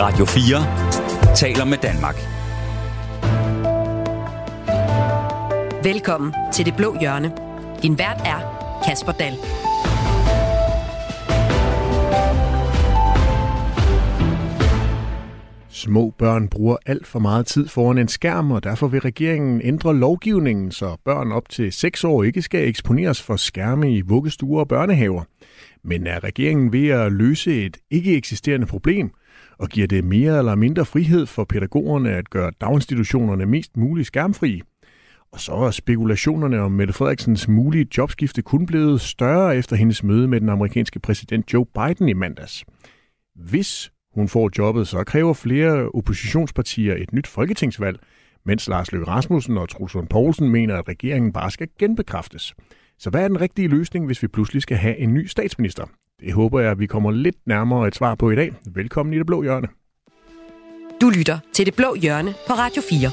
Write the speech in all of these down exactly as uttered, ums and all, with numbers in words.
Radio fire taler med Danmark. Velkommen til Det Blå Hjørne. Din vært er Kasper Dahl. Små børn bruger alt for meget tid foran en skærm, og derfor vil regeringen ændre lovgivningen, så børn op til seks år ikke skal eksponeres for skærme i vuggestuer og børnehaver. Men er regeringen ved at løse et ikke eksisterende problem, og giver det mere eller mindre frihed for pædagogerne at gøre daginstitutionerne mest muligt skærmfri? Og så er spekulationerne om Mette Frederiksens mulige jobskifte kun blevet større efter hendes møde med den amerikanske præsident Joe Biden i mandags. Hvis hun får jobbet, så kræver flere oppositionspartier et nyt folketingsvalg, mens Lars Løkke Rasmussen og Troels Lund Poulsen mener, at regeringen bare skal genbekræftes. Så hvad er den rigtige løsning, hvis vi pludselig skal have en ny statsminister? Det håber jeg, at vi kommer lidt nærmere et svar på i dag. Velkommen i Det Blå Hjørne. Du lytter til Det Blå Hjørne på Radio fire.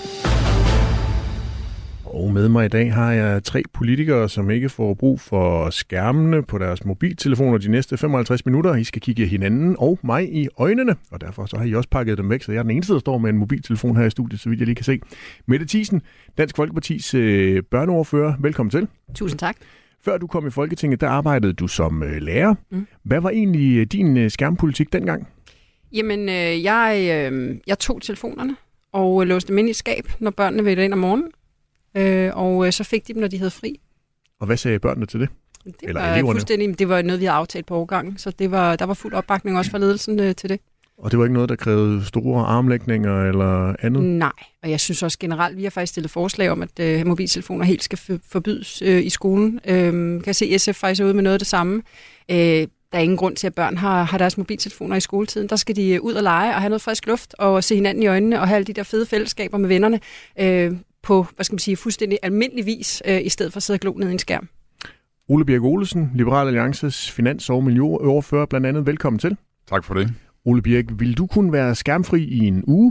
Og med mig i dag har jeg tre politikere, som ikke får brug for skærmene på deres mobiltelefoner de næste femoghalvtreds minutter. I skal kigge hinanden og mig i øjnene, og derfor så har I også pakket dem væk, så jeg er den eneste, der står med en mobiltelefon her i studiet, så vidt jeg lige kan se. Mette Thiesen, Dansk Folkepartis øh, børneordfører. Velkommen til. Tusind tak. Før du kom i Folketinget, der arbejdede du som øh, lærer. Mm. Hvad var egentlig din øh, skærmpolitik dengang? Jamen, øh, jeg, øh, jeg tog telefonerne og låste dem ind i skab, når børnene ville ind om morgenen. Øh, og så fik de dem, når de havde fri. Og hvad sagde børnene til det? Det Eller var eleverne? fuldstændig, det var noget, vi havde aftalt på årgangen, så det var, der var fuld opbakning også fra ledelsen øh, til det. Og det var ikke noget, der krævede store armlægninger eller andet? Nej, og jeg synes også generelt, vi har faktisk stillet forslag om, at øh, mobiltelefoner helt skal forbydes øh, i skolen. Øh, kan jeg se, S F faktisk er ude med noget af det samme. Øh, der er ingen grund til, at børn har, har deres mobiltelefoner i skoletiden. Der skal de ud og lege og have noget frisk luft og se hinanden i øjnene og have alle de der fede fællesskaber med vennerne. Øh, på, hvad skal man sige, fuldstændig almindelig vis, øh, i stedet for at sidde og glo ned i en skærm. Ole Birk Olesen, Liberal Alliances finans- og miljøordfører blandt andet. Velkommen til. Tak for det. Ole Birk, vil du kunne være skærmfri i en uge?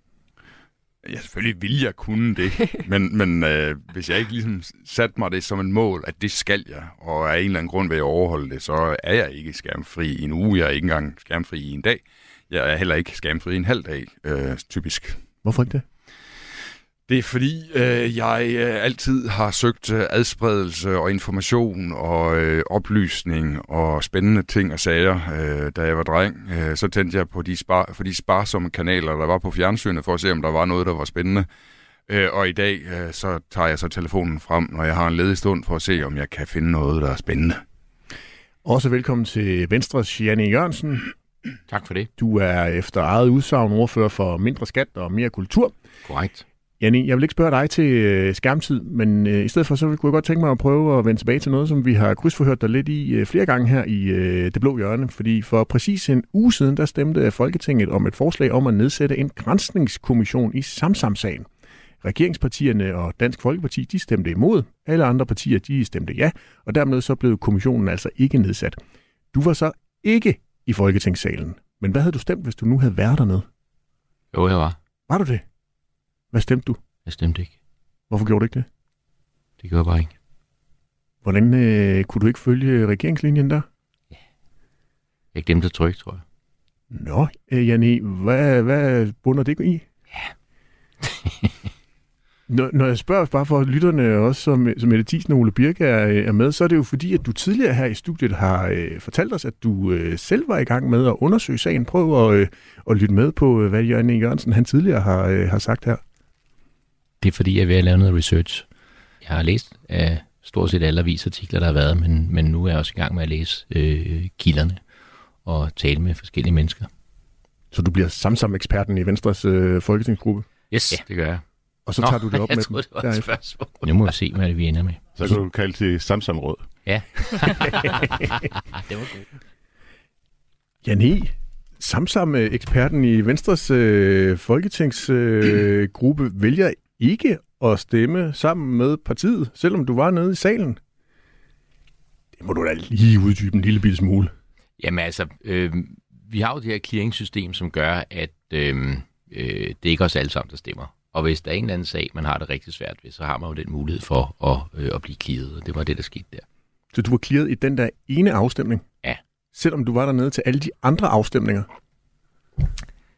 Ja, selvfølgelig vil jeg kunne det, men, men øh, hvis jeg ikke ligesom satte mig det som et mål, at det skal jeg, og af en eller anden grund vil jeg overholde det, så er jeg ikke skærmfri i en uge. Jeg er ikke engang skærmfri i en dag. Jeg er heller ikke skærmfri i en halv dag, øh, typisk. Hvorfor ikke det? Det er fordi, øh, jeg øh, altid har søgt øh, adspredelse og information og øh, oplysning og spændende ting og sager. Øh, da jeg var dreng, øh, så tændte jeg på de, spar- for de sparsomme kanaler, der var på fjernsynet, for at se, om der var noget, der var spændende. Øh, og i dag, øh, så tager jeg så telefonen frem, når jeg har en ledig stund, for at se, om jeg kan finde noget, der er spændende. Også velkommen til Venstres Jan E. Jørgensen. Tak for det. Du er efter eget udsagn ordfører for mindre skat og mere kultur. Korrekt. Janni, jeg vil ikke spørge dig til øh, skærmtid, men øh, i stedet for, så kunne jeg godt tænke mig at prøve at vende tilbage til noget, som vi har krydsforhørt dig lidt i øh, flere gange her i øh, Det Blå Hjørne. Fordi for præcis en uge siden, der stemte Folketinget om et forslag om at nedsætte en granskningskommission i Samsam-sagen. Regeringspartierne og Dansk Folkeparti, de stemte imod. Alle andre partier, de stemte ja, og dermed så blev kommissionen altså ikke nedsat. Du var så ikke i Folketingssalen. Men hvad havde du stemt, hvis du nu havde været dernede? Jo, jeg var. Var du det? Hvad stemte du? Jeg stemte ikke. Hvorfor gjorde du ikke det? Det gjorde jeg bare ikke. Hvordan øh, kunne du ikke følge regeringslinjen der? Ja. Jeg glemte at trykke, tror jeg. Nå, øh, Janne, hvad, hvad bunder det i? Ja. når, når jeg spørger bare for lytterne, også som, som Mette Thiesen og Ole Birk er, er med, så er det jo fordi, at du tidligere her i studiet har øh, fortalt os, at du øh, selv var i gang med at undersøge sagen. Prøv at, øh, at lytte med på, hvad Jan E. Jørgensen han tidligere har, øh, har sagt her. Det er fordi, jeg er ved at lave noget research. Jeg har læst af stort set alle avisartikler, der har været, men, men nu er jeg også i gang med at læse øh, kilderne og tale med forskellige mennesker. Så du bliver Samsam-eksperten i Venstres øh, folketingsgruppe? Yes, ja. Det gør jeg. Og så tager Nå, du det op jeg med troede, dem? Det var et spørgsmål. Nu må vi se, hvad det vi ender med. Så kan du kalde til Samsam-råd. Ja. Det var godt. Janne, Samsam-eksperten i Venstres øh, folketingsgruppe øh, vælger ikke at stemme sammen med partiet, selvom du var nede i salen. Det må du da lige uddybe en lille bitte smule. Jamen altså, øh, vi har jo det her clearingssystem, som gør, at øh, øh, det er ikke os alle sammen, der stemmer. Og hvis der er en eller anden sag, man har det rigtig svært ved, så har man jo den mulighed for at, øh, at blive clearet. Og det var det, der skete der. Så du var clearet i den der ene afstemning? Ja. Selvom du var dernede til alle de andre afstemninger?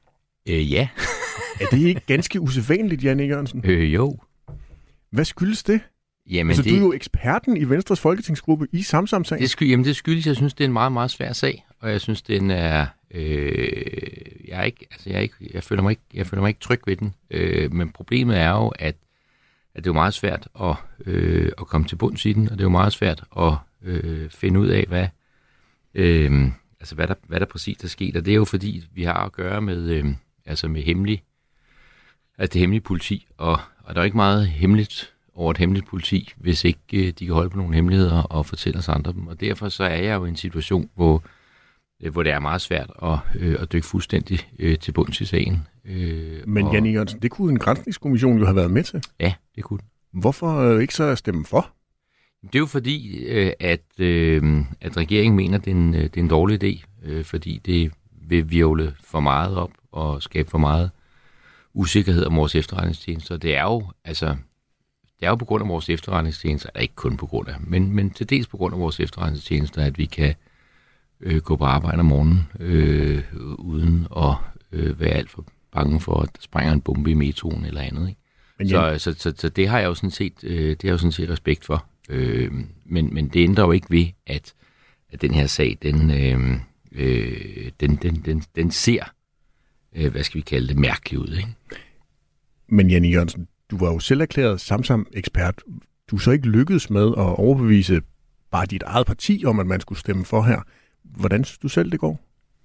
Øh, ja. Er det ikke ganske usædvanligt, Jan E. Jørgensen? Øh, jo. Hvad skyldes det? Jamen, altså, det, du er jo eksperten i Venstres folketingsgruppe i Samsam-sagen. Det, sky, jamen, det skyldes, jeg synes, det er en meget, meget svær sag, og jeg synes, den er... Øh, jeg, er ikke, altså, jeg, er ikke, jeg, føler mig ikke, jeg føler mig ikke tryg ved den, øh, men problemet er jo, at, at det er jo meget svært at, øh, at komme til bunds i den, og det er jo meget svært at øh, finde ud af, hvad, øh, altså, hvad, der, hvad der præcis er sket, og det er jo fordi, vi har at gøre med, øh, altså med hemmelig, altså det hemmelige politi, og, og der er ikke meget hemmeligt over et hemmeligt politi, hvis ikke øh, de kan holde på nogle hemmeligheder og fortælle os andre dem. Og derfor så er jeg jo i en situation, hvor, øh, hvor det er meget svært at, øh, at dykke fuldstændig øh, til bunds i sagen. Øh, Men og, Jan E. Jørgensen, det kunne en granskningskommission jo have været med til. Ja, det kunne den. Hvorfor øh, ikke så stemme for? Det er jo fordi, øh, at, øh, at regeringen mener, at det er en, det er en dårlig idé, øh, fordi det vil virvle for meget op og skabe for meget usikkerhed om vores efterretningstjenester. Det er jo, altså... Det er jo på grund af vores efterretningstjenester, eller ikke kun på grund af, men, men til dels på grund af vores efterretningstjenester, at vi kan øh, gå på arbejde om morgenen, øh, uden at øh, være alt for bange for, at der springer en bombe i metroen eller andet. Ikke? Men, så, så, så, så det har jeg jo sådan set, øh, det har jeg jo sådan set respekt for. Øh, men, men det ændrer jo ikke ved, at, at den her sag, den, øh, øh, den, den, den, den ser, øh, hvad skal vi kalde det, mærkeligt ud. Ikke? Men Jan E. Jørgensen, du var jo selv erklæret Samsam-ekspert. Du er så ikke lykkedes med at overbevise bare dit eget parti om, at man skulle stemme for her. Hvordan synes du selv, det går?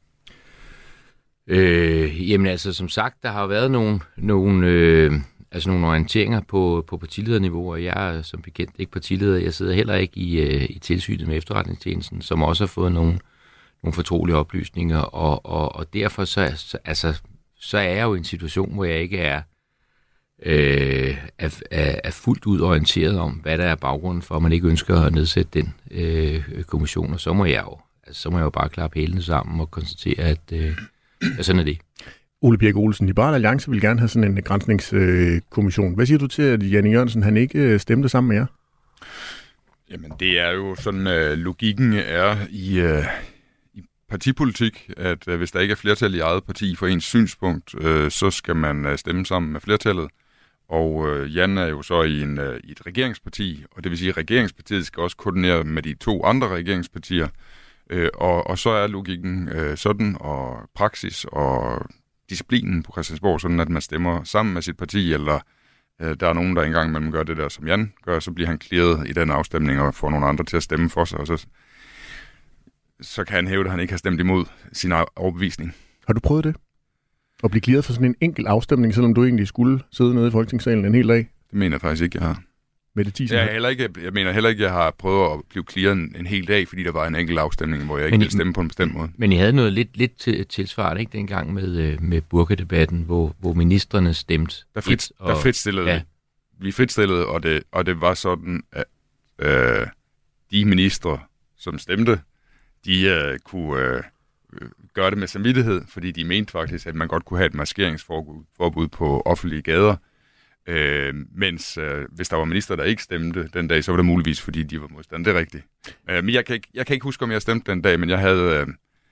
Øh, jamen altså, som sagt, der har været nogle, nogle, øh, altså nogle orienteringer på, på partilederniveau, og jeg er som bekendt ikke partileder. Jeg sidder heller ikke i, øh, i tilsynet med efterretningstjenesten, som også har fået nogle, nogle fortrolige oplysninger, og, og, og derfor så, så, altså, så er jeg jo i en situation, hvor jeg ikke er Øh, er, er, er fuldt ud orienteret om, hvad der er baggrunden for, at man ikke ønsker at nedsætte den øh, kommission, og så må jeg jo, altså, så må jeg jo bare klappe hælene sammen og konstatere, at, øh, at sådan er det. Ole Birk Olesen, Liberal Alliance vil gerne have sådan en granskningskommission. Øh, hvad siger du til, at Jan E. Jørgensen han ikke øh, stemte sammen med jer? Jamen, det er jo sådan, øh, logikken er i, øh, i partipolitik, at øh, hvis der ikke er flertal i eget parti for ens synspunkt, øh, så skal man øh, stemme sammen med flertallet. Og øh, Jan er jo så i, en, øh, i et regeringsparti, og det vil sige, at regeringspartiet skal også koordinere med de to andre regeringspartier. Øh, og, og så er logikken øh, sådan, og praksis og disciplinen på Christiansborg sådan, at man stemmer sammen med sit parti, eller øh, der er nogen, der engang mellem gør det der, som Jan gør, så bliver han clearet i den afstemning og får nogle andre til at stemme for sig, og så, så kan han hævde, at han ikke har stemt imod sin overbevisning. Har du prøvet det? At blive clearet for sådan en enkelt afstemning, selvom du egentlig skulle sidde nede i Folketingssalen en hel dag? Det mener jeg faktisk ikke, jeg har. Mette Thiesen? Jeg, heller ikke, jeg mener heller ikke, jeg har prøvet at blive clearet en, en hel dag, fordi der var en enkelt afstemning, hvor jeg ikke men, ville stemme på en bestemt måde. Men I havde noget lidt, lidt til, tilsvarende, ikke, dengang med, med burkadebatten, hvor, hvor ministerne stemte. Der, frit, et, og, der fritstillede ja. Vi fritstillede, og det, og det var sådan, at øh, de ministre, som stemte, de øh, kunne øh, gøre det med samvittighed, fordi de mente faktisk, at man godt kunne have et maskeringsforbud på offentlige gader. Øh, mens øh, hvis der var minister, der ikke stemte den dag, så var det muligvis, fordi de var modstandere. Det er rigtigt. Øh, men jeg kan, ikke, jeg kan ikke huske, om jeg stemte den dag, men jeg havde... Øh...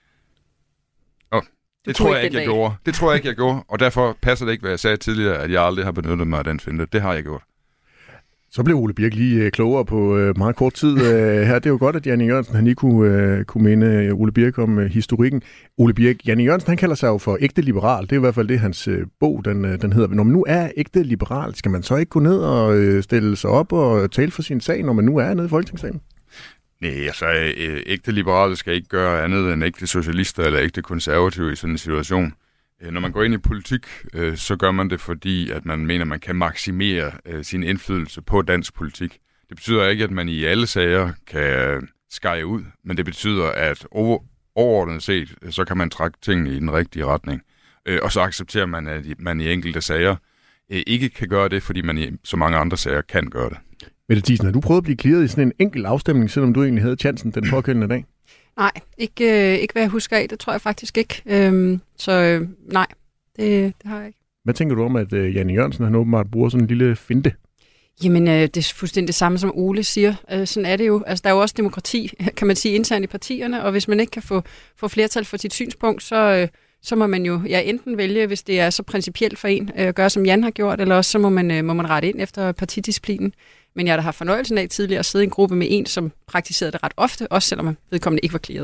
Oh, det tror jeg ikke, jeg gjorde. Det tror jeg ikke, jeg gjorde. Og derfor passer det ikke, hvad jeg sagde tidligere, at jeg aldrig har benyttet mig af den finte. Det har jeg gjort. Så blev Ole Birk lige klogere på meget kort tid her. Det er jo godt, at Jan E. Jørgensen han lige kunne, kunne minde Ole Birk om historikken. Ole Birk, Jan E. Jørgensen han kalder sig jo for ægte liberal. Det er i hvert fald det, hans bog den, den hedder. Når man nu er ægte liberal, skal man så ikke gå ned og stille sig op og tale for sin sag, når man nu er nede i Folketingssalen? Nej, altså ægte liberale skal ikke gøre andet end ægte socialister eller ægte konservative i sådan en situation. Når man går ind i politik, så gør man det, fordi at man mener, at man kan maksimere sin indflydelse på dansk politik. Det betyder ikke, at man i alle sager kan skære ud, men det betyder, at overordnet set, så kan man trække tingene i den rigtige retning. Og så accepterer man, at man i enkelte sager ikke kan gøre det, fordi man i så mange andre sager kan gøre det. Mette Thiesen, har du prøvet at blive clearet i sådan en enkelt afstemning, selvom du egentlig havde chancen den pågældende dag? Nej, ikke, øh, ikke hvad jeg husker af. Det tror jeg faktisk ikke. Øhm, så øh, nej, det, det har jeg ikke. Hvad tænker du om, at øh, Jan E. Jørgensen han åbenbart bruger sådan en lille finte? Jamen, øh, det er fuldstændig det samme, som Ole siger. Øh, sådan er det jo. Altså, der er jo også demokrati, kan man sige, internt i partierne, og hvis man ikke kan få, få flertal for sit synspunkt, så, øh, så må man jo ja, enten vælge, hvis det er så principielt for en, at gøre som Jan har gjort, eller også så må man, må man rette ind efter partidisciplinen. Men jeg har da haft fornøjelsen af tidligere at sidde i en gruppe med en, som praktiserede det ret ofte, også selvom vedkommende ikke var clearet.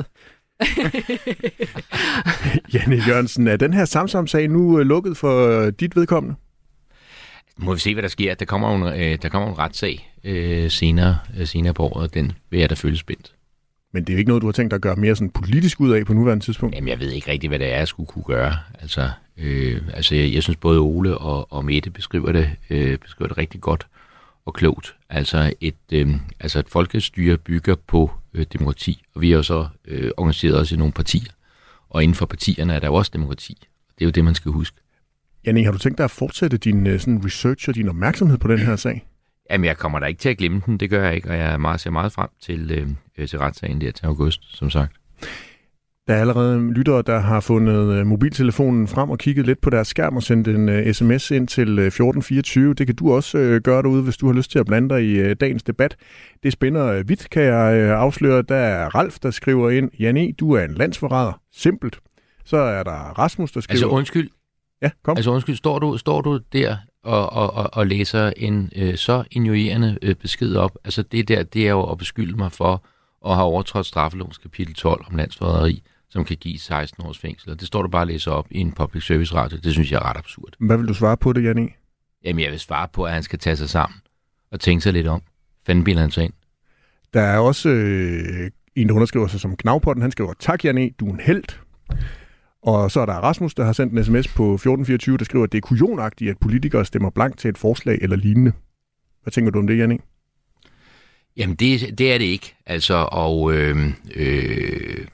Janne Jørgensen, er den her Samsam-sag nu lukket for dit vedkommende? Må vi se, hvad der sker. Der kommer en, øh, der kommer en retssag øh, senere, øh, senere på året, og den vil jeg da følge spændt. Men det er jo ikke noget, du har tænkt dig at gøre mere sådan politisk ud af på nuværende tidspunkt? Jamen, jeg ved ikke rigtig, hvad det er, jeg skulle kunne gøre. Altså, øh, altså jeg, jeg synes, både Ole og, og Mette beskriver det, øh, beskriver det rigtig godt og klogt. Altså et, øh, altså et folkestyre bygger på øh, demokrati, og vi har jo så øh, organiseret os i nogle partier, og inden for partierne er der jo også demokrati. Det er jo det, man skal huske. Janne, har du tænkt dig at fortsætte din sådan, research og din opmærksomhed på den her sag? Jamen, jeg kommer da ikke til at glemme den, det gør jeg ikke, og jeg er meget, ser meget frem til, øh, til retssagen der til august, som sagt. Der er allerede lyttere, der har fundet mobiltelefonen frem og kigget lidt på deres skærm og sendt en uh, sms ind til fjorten fireogtyve. Det kan du også uh, gøre derude, hvis du har lyst til at blande dig i uh, dagens debat. Det spænder uh, vidt, kan jeg uh, afsløre. Der er Ralf, der skriver ind, Janne, du er en landsforræder. Simpelt. Så er der Rasmus, der skriver... Altså undskyld. Ja, kom. Altså undskyld, står du, står du der og, og, og, og læser en øh, så injurierende øh, besked op? Altså det der, det er jo at beskylde mig for at have overtrådt straffelovens kapitel tolv om landsforræderi, som kan give seksten års fængsel. Og det står du bare og læser op i en public service radio. Det synes jeg er ret absurd. Hvad vil du svare på det, Janne? Jamen jeg vil svare på, at han skal tage sig sammen og tænke sig lidt om. Fanden biler han sig ind. Der er også øh, en, der underskriver sig som Knavpotten. Han skriver, tak Janne, du er en helt. Og så er der Rasmus, der har sendt en sms på fjorten fireogtyve, der skriver, at det er kujonagtigt, at politikere stemmer blankt til et forslag eller lignende. Hvad tænker du om det, Janne? Jamen, det, det er det ikke. Altså, og øh, øh,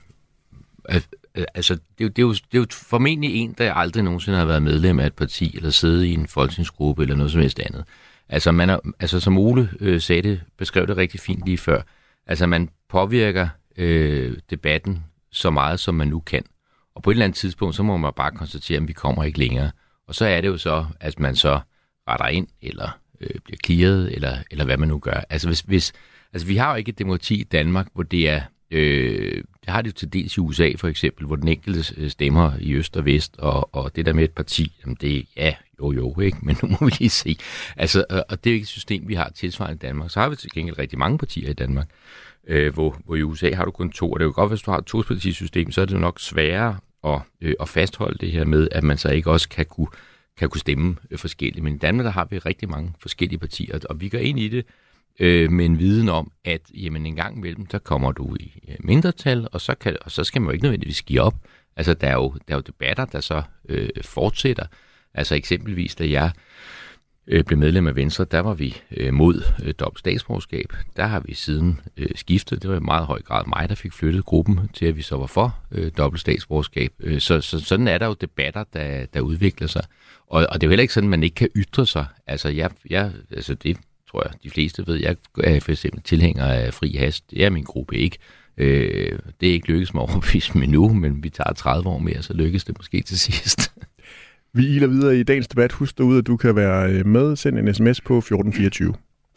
altså, det, er jo, det, er jo, det er jo formentlig en, der aldrig nogensinde har været medlem af et parti, eller siddet i en folketingsgruppe, eller noget som helst andet. Altså, man er, altså som Ole øh, sagde det, beskrev det rigtig fint lige før. Altså, man påvirker øh, debatten så meget, som man nu kan. Og på et eller andet tidspunkt, så må man bare konstatere, at vi kommer ikke længere. Og så er det jo så, at man så retter ind, eller øh, bliver clearet, eller, eller hvad man nu gør. Altså, hvis, hvis, altså, vi har jo ikke et demokrati i Danmark, hvor det er... Øh, det har det jo til dels i U S A for eksempel, hvor den enkelte stemmer i øst og vest, og, og det der med et parti, jamen det ja, jo jo, ikke? Men nu må vi lige se. Altså, og det er jo ikke et system, vi har tilsvarende i Danmark. Så har vi til gengæld rigtig mange partier i Danmark, øh, hvor, hvor i U S A har du kun to, og det er jo godt, hvis du har et topartisystem, så er det jo nok sværere at, øh, at fastholde det her med, at man så ikke også kan kunne, kan kunne stemme øh, forskelligt. Men i Danmark, der har vi rigtig mange forskellige partier, og vi går ind i det øh, med en viden om, at jamen, en gang imellem, der kommer du i øh, mindretal, og så, kan, og så skal man jo ikke nødvendigvis give op. Altså, der er jo, der er jo debatter, der så øh, fortsætter. Altså eksempelvis, da jeg øh, blev medlem af Venstre, der var vi øh, mod øh, dobbelt statsborgerskab. Der har vi siden øh, skiftet. Det var i meget høj grad mig, der fik flyttet gruppen til, at vi så var for øh, dobbelt statsborgerskab. Øh, så, så sådan er der jo debatter, der, der udvikler sig. Og, og det er jo heller ikke sådan, at man ikke kan ytre sig. Altså, jeg, jeg, altså det tror jeg, de fleste ved. Jeg er for eksempel tilhænger af fri hast. Det er min gruppe ikke. Øh, det er ikke lykkes mig overbevist med nu, men vi tager tredive år mere, så lykkes det måske til sidst. Vi iler videre i dagens debat. Husk derude, at du kan være med. Send en sms på fjorten fireogtyve.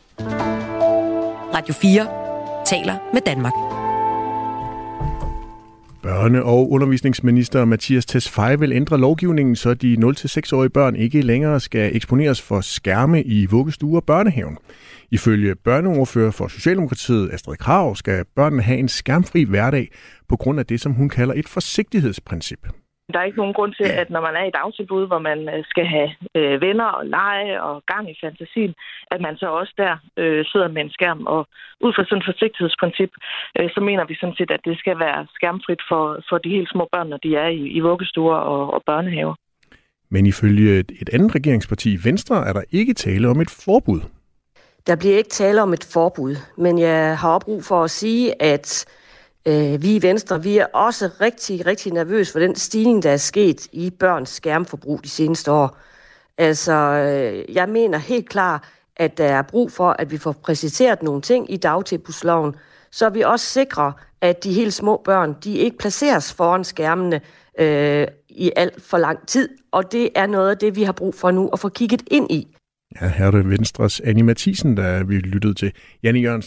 Radio fire taler med Danmark. Børne- og undervisningsminister Mattias Tesfaye vil ændre lovgivningen, så de nul til seks-årige børn ikke længere skal eksponeres for skærme i vuggestuer og børnehaven. Ifølge børneordfører for Socialdemokratiet, Astrid Krag, skal børnene have en skærmfri hverdag på grund af det, som hun kalder et forsigtighedsprincip. Der er ikke nogen grund til, at når man er i dagtilbud, hvor man skal have øh, venner og lege og gang i fantasien, at man så også der øh, sidder med en skærm. Og ud fra sådan et forsigtighedsprincip, øh, så mener vi sådan set, at det skal være skærmfrit for, for de helt små børn, når de er i, i vuggestuer og, og børnehaver. Men ifølge et, et andet regeringsparti, Venstre, er der ikke tale om et forbud. Der bliver ikke tale om et forbud, men jeg har brug for at sige, at øh, vi i Venstre, vi er også rigtig, rigtig nervøse for den stigning, der er sket i børns skærmforbrug de seneste år. Altså, øh, jeg mener helt klart, at der er brug for, at vi får præciseret nogle ting i dagtilbudsloven, så vi også sikrer, at de helt små børn, de ikke placeres foran skærmene øh, i alt for lang tid. Og det er noget af det, vi har brug for nu at få kigget ind i. Ja, her er det Venstres Annie Matthiesen, der vi lyttede til. Janne Jørgensen,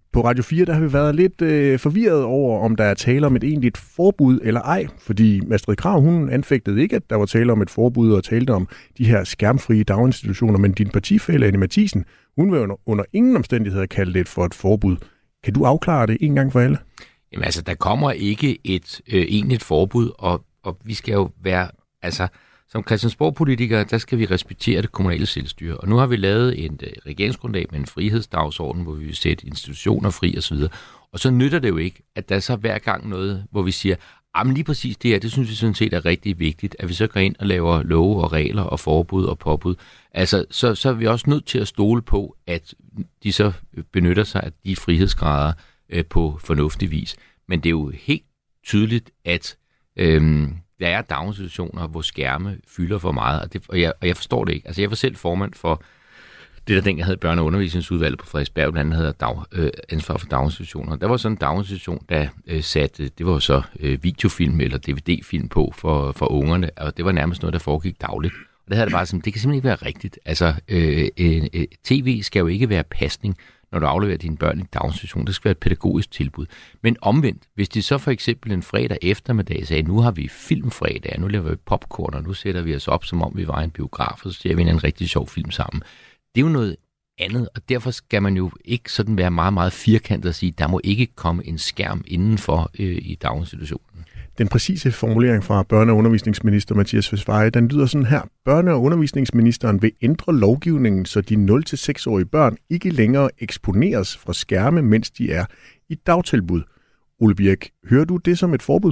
På Radio fire der har vi været lidt øh, forvirret over, om der er tale om et egentligt forbud eller ej. Fordi Astrid Krag, hun anfægtede ikke, at der var tale om et forbud og talte om de her skærmfrie daginstitutioner. Men din partifælle, Anne Matthiesen, hun vil under, under ingen omstændigheder kalde det for et forbud. Kan du afklare det en gang for alle? Jamen altså, der kommer ikke et øh, egentligt forbud, og, og vi skal jo være, altså som Christiansborg-politikere, der skal vi respektere det kommunale selvstyre. Og nu har vi lavet et øh, regeringsgrundlag med en frihedsdagsorden, hvor vi vil sætte institutioner fri osv. Og så nytter det jo ikke, at der er så hver gang noget, hvor vi siger, jamen lige præcis det her, det synes vi sådan set er rigtig vigtigt, at vi så går ind og laver love og regler og forbud og påbud. Altså, så, så er vi også nødt til at stole på, at de så benytter sig af de frihedsgrader øh, på fornuftig vis. Men det er jo helt tydeligt, at øhm, der er daginstitutioner, hvor skærme fylder for meget, og, det, og, jeg, og jeg forstår det ikke. Altså, jeg var selv formand for det, der dengang havde børne- og undervisningsudvalget på Frederiksberg, blandt andet havde dag, øh, ansvar for daginstitutioner. Der var sådan en daginstitution, der øh, satte, det var jo så øh, videofilm eller D V D-film på for, for ungerne, og det var nærmest noget, der foregik dagligt. Og det havde det bare sådan, det kan simpelthen ikke være rigtigt. Altså, øh, øh, øh, tv skal jo ikke være pasning, når du afleverer dine børn i daginstitution. Det skal være et pædagogisk tilbud. Men omvendt, hvis de så for eksempel en fredag eftermiddag sagde, nu har vi filmfredag, nu laver vi popcorn, og nu sætter vi os op, som om vi var en biograf, og så ser vi en rigtig sjov film sammen. Det er jo noget andet, og derfor skal man jo ikke sådan være meget, meget firkantet og sige, der må ikke komme en skærm indenfor øh, i daginstitutionen. Den præcise formulering fra børne- og undervisningsminister Mathias Tesfaye, den lyder sådan her. Børne- og undervisningsministeren vil ændre lovgivningen, så de nul til seks-årige børn ikke længere eksponeres fra skærme, mens de er i dagtilbud. Ole Birk, hører du det som et forbud?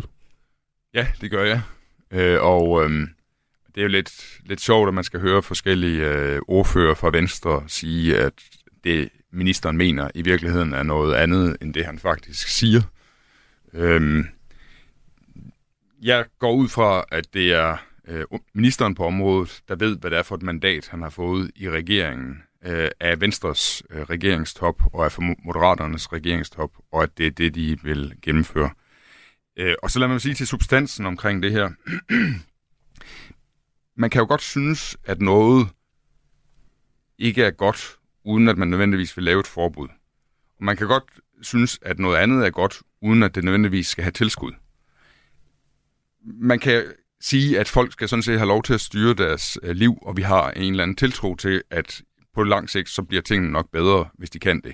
Ja, det gør jeg. Øh, og øh, det er jo lidt, lidt sjovt, at man skal høre forskellige øh, ordfører fra Venstre sige, at det ministeren mener i virkeligheden er noget andet, end det han faktisk siger. Øh, Jeg går ud fra, at det er øh, ministeren på området, der ved, hvad det er for et mandat, han har fået i regeringen øh, af Venstres øh, regeringstop og af Moderaternes regeringstop, og at det er det, de vil gennemføre. Øh, og så lad mig sige til substansen omkring det her. Man kan jo godt synes, at noget ikke er godt, uden at man nødvendigvis vil lave et forbud. Og man kan godt synes, at noget andet er godt, uden at det nødvendigvis skal have tilskud. Man kan sige, at folk skal sådan set have lov til at styre deres øh, liv, og vi har en eller anden tiltro til, at på lang sigt, så bliver tingene nok bedre, hvis de kan det.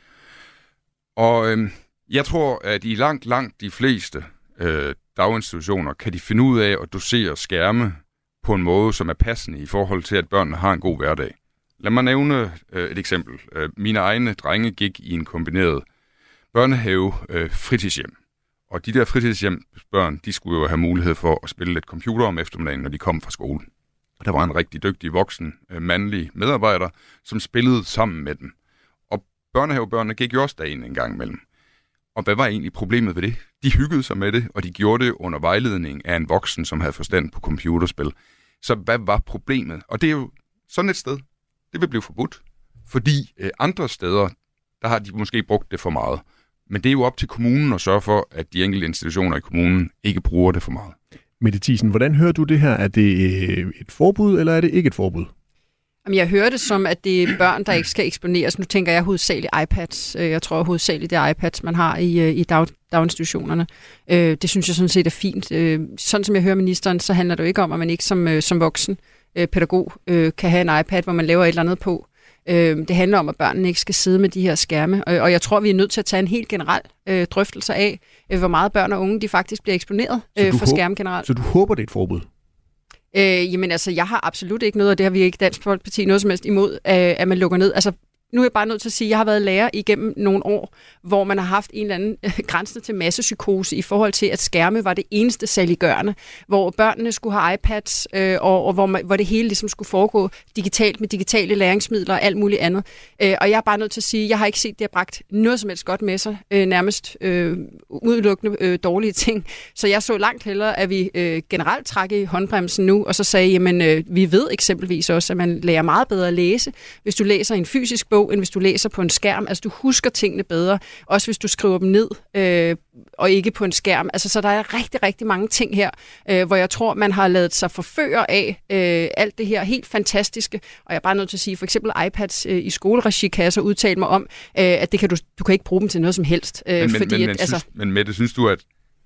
Og øh, jeg tror, at i langt, langt de fleste øh, daginstitutioner kan de finde ud af at dosere skærme på en måde, som er passende i forhold til, at børnene har en god hverdag. Lad mig nævne øh, et eksempel. Øh, mine egne drenge gik i en kombineret børnehave øh, fritidshjem. Og de der fritidshjemsbørn, de skulle jo have mulighed for at spille lidt computer om eftermiddagen, når de kom fra skole. Og der var en rigtig dygtig voksen, mandlig medarbejder, som spillede sammen med dem. Og børnehavebørnene gik jo også derind en gang imellem. Og hvad var egentlig problemet ved det? De hyggede sig med det, og de gjorde det under vejledning af en voksen, som havde forstand på computerspil. Så hvad var problemet? Og det er jo sådan et sted, det vil blive forbudt. Fordi øh, andre steder, der har de måske brugt det for meget. Men det er jo op til kommunen at sørge for, at de enkelte institutioner i kommunen ikke bruger det for meget. Mette Thiesen, hvordan hører du det her? Er det et forbud, eller er det ikke et forbud? Jamen, jeg hører det som, at det er børn, der ikke skal eksponeres. Nu tænker jeg hovedsageligt iPads. Jeg tror hovedsageligt, det er iPads, man har i, i dag, daginstitutionerne. Det synes jeg sådan set er fint. Sådan som jeg hører ministeren, så handler det jo ikke om, at man ikke som, som voksen pædagog kan have en iPad, hvor man laver et eller andet på. Det handler om, at børnene ikke skal sidde med de her skærme, og jeg tror, vi er nødt til at tage en helt generel øh, drøftelse af, øh, hvor meget børn og unge de faktisk bliver eksponeret øh, for skærme generelt. Så du håber, det er et forbud? Øh, jamen altså, jeg har absolut ikke noget, og det har vi ikke Dansk Folkeparti noget som helst imod, øh, at man lukker ned. Altså, nu er jeg bare nødt til at sige, at jeg har været lærer igennem nogle år, hvor man har haft en eller anden øh, grænse til massepsykose i forhold til, at skærme var det eneste saliggørende, hvor børnene skulle have iPads, øh, og, og hvor, man, hvor det hele ligesom skulle foregå digitalt med digitale læringsmidler og alt muligt andet. Øh, og jeg er bare nødt til at sige, at jeg har ikke set, det har bragt noget som helst godt med sig, øh, nærmest øh, udelukkende øh, dårlige ting. Så jeg så langt hellere, at vi øh, generelt trak i håndbremsen nu, og så sagde, jamen øh, vi ved eksempelvis også, at man lærer meget bedre at læse, hvis du læser en fysisk bog, bog, end hvis du læser på en skærm. Altså, du husker tingene bedre, også hvis du skriver dem ned, øh, og ikke på en skærm. Altså, så der er rigtig, rigtig mange ting her, øh, hvor jeg tror, man har ladet sig forføre af øh, alt det her helt fantastiske. Og jeg er bare nødt til at sige, for eksempel iPads øh, i skoleregi, kan jeg så udtale mig om, øh, at det kan du, du kan ikke bruge dem til noget som helst. Øh, men, fordi, men, men, at, altså, synes, men Mette, synes du, at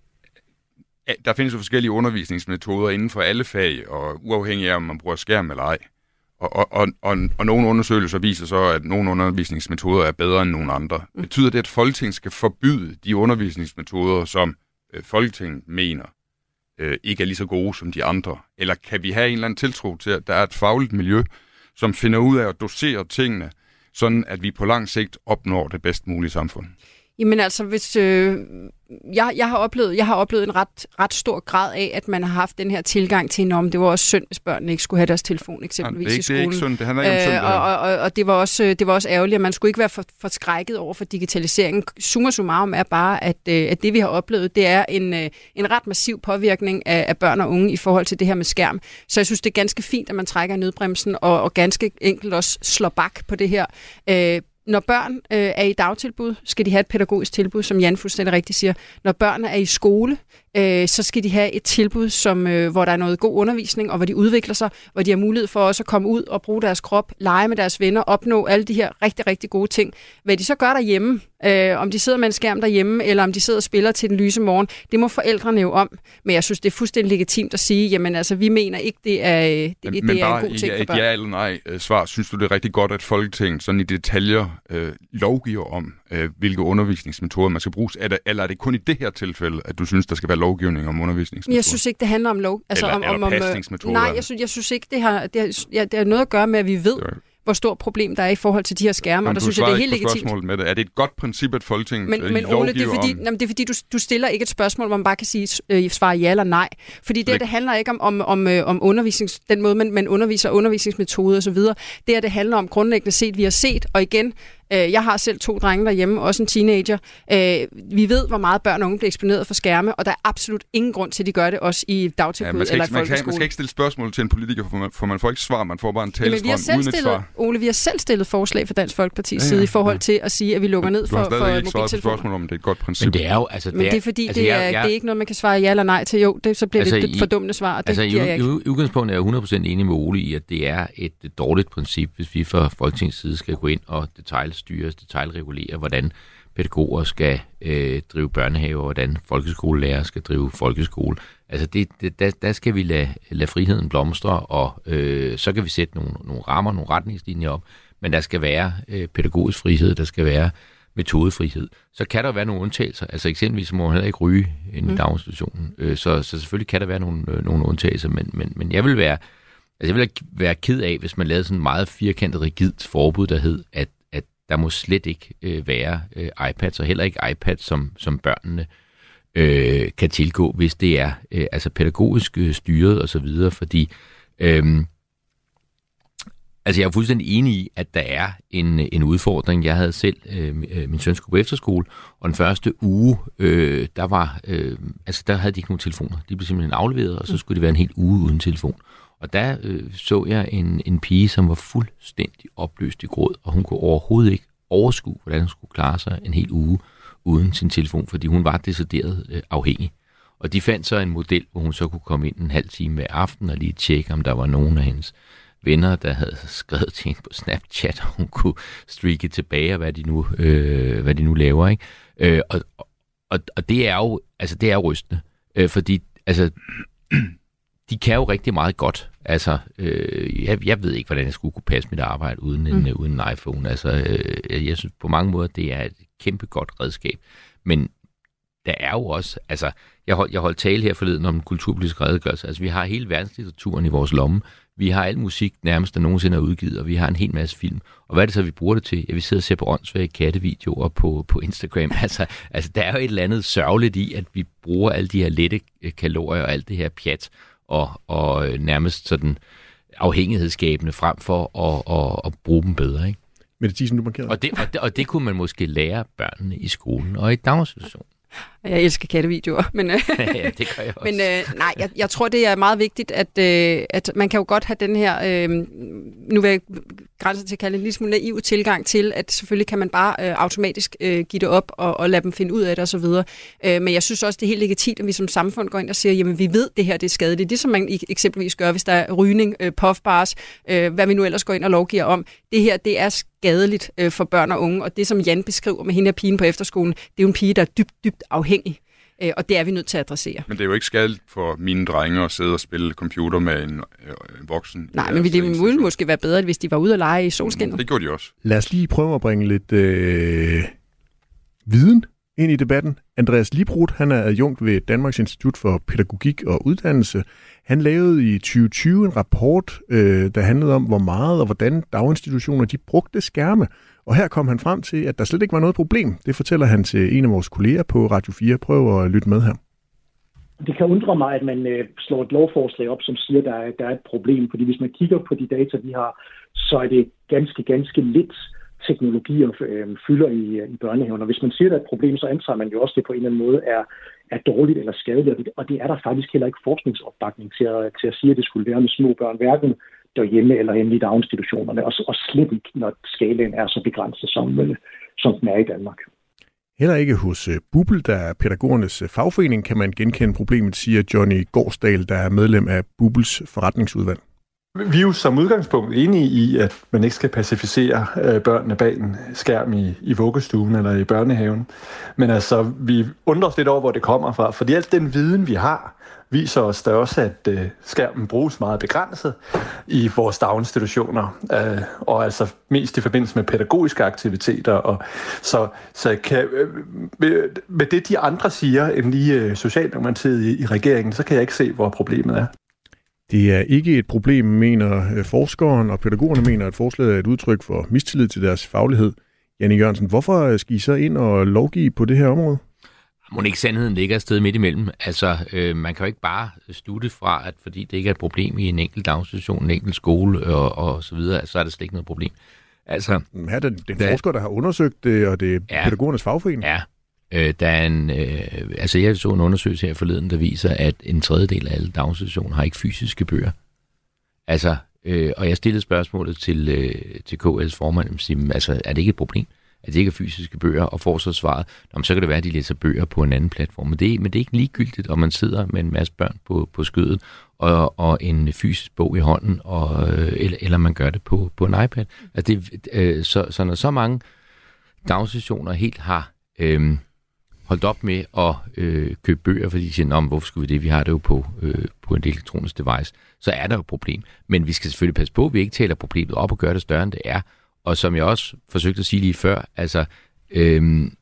der findes jo forskellige undervisningsmetoder inden for alle fag, og uafhængig af, om man bruger skærm eller ej. Og, og, og, og, og nogle undersøgelser viser så, at nogle undervisningsmetoder er bedre end nogle andre. Mm. Betyder det, at Folketinget skal forbyde de undervisningsmetoder, som øh, Folketinget mener øh, ikke er lige så gode som de andre? Eller kan vi have en eller anden tiltro til, at der er et fagligt miljø, som finder ud af at dosere tingene, sådan at vi på lang sigt opnår det bedst mulige samfund? Jamen altså, hvis... Øh Jeg, jeg, har oplevet, jeg har oplevet en ret, ret stor grad af, at man har haft den her tilgang til, om det var også synd, hvis børnene ikke skulle have deres telefon eksempelvis ja, det er ikke, i skolen. Det er ikke synd, det handler ikke om synd. Øh, og, og, og, og det var også det var også ærgerligt, at man skulle ikke være for, for skrækket over for digitaliseringen. Summa summarum er bare, at, at det vi har oplevet, det er en, en ret massiv påvirkning af, af børn og unge i forhold til det her med skærm. Så jeg synes, det er ganske fint, at man trækker i nødbremsen og, og ganske enkelt også slår bak på det her. Øh, Når børn øh, er i dagtilbud, skal de have et pædagogisk tilbud, som Jan fuldstændig rigtigt siger. Når børn er i skole, øh, så skal de have et tilbud, som, øh, hvor der er noget god undervisning, og hvor de udvikler sig, hvor de har mulighed for også at komme ud og bruge deres krop, lege med deres venner, opnå alle de her rigtig, rigtig gode ting. Hvad de så gør derhjemme, øh, om de sidder med en skærm derhjemme, eller om de sidder og spiller til den lyse morgen, det må forældrene jo om. Men jeg synes, det er fuldstændig legitimt at sige, jamen altså, vi mener ikke, det er, det, men, det men er en god ting for børn. Et ja eller nej svar, synes du det er rigtig godt, at Folketinget sådan i detaljer øh, lovgiver om, øh, hvilke undervisningsmetoder man skal bruge? Er det, eller er det kun i det her tilfælde, at du synes, der skal være lovgivning om undervisningsmetoder? Jeg synes ikke, det handler om lov. Altså, eller, om, eller om, pasningsmetoder? Nej, jeg synes, jeg synes ikke, det har, det, har, ja, det har noget at gøre med, at vi ved, ja. hvor stort problem der er i forhold til de her skærme, og der synes jeg, det er helt legitimt. Med det. Er det et godt princip, at Folketinget men, men, lovgiver Ole, det er fordi, om... jamen, det er fordi, du, du stiller ikke et spørgsmål, hvor man bare kan sige, øh, svare ja eller nej. Fordi det, det, det handler ikke om, om, om, øh, om undervisnings, den måde, man, man underviser, undervisningsmetoder osv. Det her, det handler om grundlæggende set, vi har set, og igen, jeg har selv to drenge derhjemme, også en teenager. Vi ved, hvor meget børn og unge bliver eksponeret for skærme, og der er absolut ingen grund til, at de gør det også i dagtilbud ja, eller i folkeskole. Man, man skal ikke stille spørgsmål til en politiker, for man, for man får ikke svar, man får bare en talestrøm uden et svar. Ole, vi har selv stillet forslag fra Dansk Folkeparti's ja, ja, side i forhold ja. til at sige, at vi lukker ned for mobiltelefoner. Du har stadig ikke svaret på spørgsmål om, det er et godt princip. Men det er jo, altså... Det Men det er fordi, altså, det, er, jeg, jeg, det er ikke noget, man kan svare ja eller nej til. Jo, det, så bliver altså, det et fordummende svar, og det altså, giver jeg ikke. I udgangspunktet er jeg hundrede procent enig med Ole i, at det er et dårligt princip, hvis vi fra Folketingets side skal gå ind og detaljstyre, detaljregulere, hvordan pædagoger skal øh, drive børnehaver, hvordan folkeskolelærer skal drive folkeskole. Altså det, det, der, der skal vi lade, lade friheden blomstre, og øh, så kan vi sætte nogle, nogle rammer, nogle retningslinjer op, men der skal være øh, pædagogisk frihed, der skal være metodefrihed. Så kan der være nogle undtagelser. Altså eksempelvis må man heller ikke ryge inde i mm. daginstitutionen. Øh, så, så selvfølgelig kan der være nogle, øh, nogle undtagelser, men, men, men jeg vil være altså jeg vil være ked af, hvis man lavede sådan en meget firkantet, rigidt forbud, der hed, at der må slet ikke øh, være øh, iPads, og heller ikke iPads, som, som børnene øh, kan tilgå, hvis det er øh, altså pædagogisk øh, styret osv., fordi øh, altså jeg er fuldstændig enig i, at der er en, en udfordring. Jeg havde selv, øh, min søn skulle på efterskole, og den første uge, øh, der var, øh, altså der havde de ikke nogen telefoner. De blev simpelthen afleveret, og så skulle det være en hel uge uden telefon. Og der øh, så jeg en, en pige, som var fuldstændig opløst i gråd, og hun kunne overhovedet ikke overskue, hvordan hun skulle klare sig en hel uge uden sin telefon, fordi hun var decideret øh, afhængig. Og de fandt så en model, hvor hun så kunne komme ind en halv time hver aften og lige tjekke, om der var nogen af hendes venner, der havde skrevet til hende på Snapchat, og hun kunne streake tilbage, hvad de nu, øh, hvad de nu laver. Ikke? Øh, og, og, og det er jo, altså det er jo rystende, øh, fordi altså de kan jo rigtig meget godt. Altså, øh, jeg, jeg ved ikke, hvordan jeg skulle kunne passe mit arbejde uden en, mm. uden en iPhone. Altså, øh, jeg synes på mange måder, det er et kæmpe godt redskab. Men der er jo også, altså, jeg holdt, jeg holdt tale her forleden om en kulturpolitisk redegørelse. Altså, vi har hele verdenslitteraturen i vores lomme. Vi har al musik nærmest, der nogensinde er udgivet, og vi har en hel masse film. Og hvad er det så, vi bruger det til? Ja, vi sidder og ser på åndssvage kattevideoer på, på Instagram. Altså, altså, der er jo et eller andet sørgeligt i, at vi bruger alle de her lette kalorier og alt det her pjat, og, og nærmest sådan afhængighedsskabende frem for at, at, at bruge dem bedre, ikke? Mette Thiesen, du markerede. Og det, og, det, og det kunne man måske lære børnene i skolen og i daginstitutionen. Jeg elsker kattevideoer, men, ja, det gør jeg også. men øh, nej, jeg, jeg tror, det er meget vigtigt, at, øh, at man kan jo godt have den her, øh, nu vil jeg grænse til at kalde en lille smule naiv tilgang til, at selvfølgelig kan man bare øh, automatisk øh, give det op og, og lade dem finde ud af det osv. Øh, men jeg synes også, det er helt legitimt, at vi som samfund går ind og siger, jamen vi ved, det her det er skadeligt. Det som man eksempelvis gør, hvis der er rygning, øh, puffbars, øh, hvad vi nu ellers går ind og lovgiver om. Det her, det er skadeligt øh, for børn og unge, og det som Jan beskriver med hende her pigen på efterskolen, det er jo en pige, der er dybt, dybt afhængig. Og det er vi nødt til at adressere. Men det er jo ikke skadeligt for mine drenge at sidde og spille computer med en øh, voksen. Nej, men det ville måske være bedre, hvis de var ude og lege i solskinnet. Det gjorde de også. Lad os lige prøve at bringe lidt øh, viden ind i debatten. Andreas Liebroth, han er adjunkt ved Danmarks Institut for Pædagogik og Uddannelse. Han lavede i tyve tyve en rapport, øh, der handlede om, hvor meget og hvordan daginstitutioner de brugte skærme. Og her kom han frem til, at der slet ikke var noget problem. Det fortæller han til en af vores kolleger på Radio fire. Prøv at lytte med her. Det kan undre mig, at man øh, slår et lovforslag op, som siger, at der er, der er et problem. Fordi hvis man kigger på de data, vi har, så er det ganske, ganske lidt teknologier øh, fylder i, i børnehaven. Og hvis man siger, at der er et problem, så antager man jo også, at det på en eller anden måde er, er dårligt eller skadeligt. Og det er der faktisk heller ikke forskningsopbakning til at, til at sige, at det skulle være med små børn, hverken derhjemme eller hjemme i daginstitutionerne, og, og slet ikke, når skalaen er så begrænset, som, som den er i Danmark. Heller ikke hos Bupl, der er pædagogernes fagforening, kan man genkende problemet, siger Johnny Gårdsdal, der er medlem af Bupls forretningsudvalg. Vi er jo som udgangspunkt enige i, at man ikke skal pacificere børnene bag en skærm i, i vuggestuen eller i børnehaven. Men altså, vi undrer os lidt over, hvor det kommer fra, fordi alt den viden, vi har, viser os da også, at øh, skærmen bruges meget begrænset i vores daginstitutioner, øh, og altså mest i forbindelse med pædagogiske aktiviteter. Og så, så kan, øh, med, med det, de andre siger, end lige øh, Socialdemokratiet i, i regeringen, så kan jeg ikke se, hvor problemet er. Det er ikke et problem, mener forskeren, og pædagogerne mener, at forslaget er et udtryk for mistillid til deres faglighed. Janne Jørgensen, hvorfor skal I så ind og lovgive på det her område? Må ikke sandheden ligger et sted midt imellem. Altså, øh, man kan jo ikke bare slutte fra, at fordi det ikke er et problem i en enkelt daginstitution, en enkelt skole og, og så videre, så er det slet ikke noget problem. Altså, her er den, den der, forsker, der har undersøgt det, og det er ja, pædagogernes fagforening. Ja, øh, der er en, øh, altså jeg så en undersøgelse her forleden, der viser, at en tredjedel af alle daginstitutioner har ikke fysiske bøger. Altså, øh, og jeg stillede spørgsmålet til, øh, til K L's formand, siger, altså, er det ikke et problem, at det ikke er fysiske bøger, og får så svaret, så kan det være, at de læser bøger på en anden platform. Men det, men det er ikke ligegyldigt, om man sidder med en masse børn på, på skødet, og, og en fysisk bog i hånden, og, eller, eller man gør det på, på en iPad. Altså det, øh, så, så når så mange daginstitutioner helt har øh, holdt op med at øh, købe bøger, fordi de siger, hvorfor skulle vi det? Vi har det jo på, øh, på en elektronisk device. Så er der jo et problem. Men vi skal selvfølgelig passe på, at vi ikke taler problemet op og gør det større, end det er. Og som jeg også forsøgte at sige lige før, altså, øhm,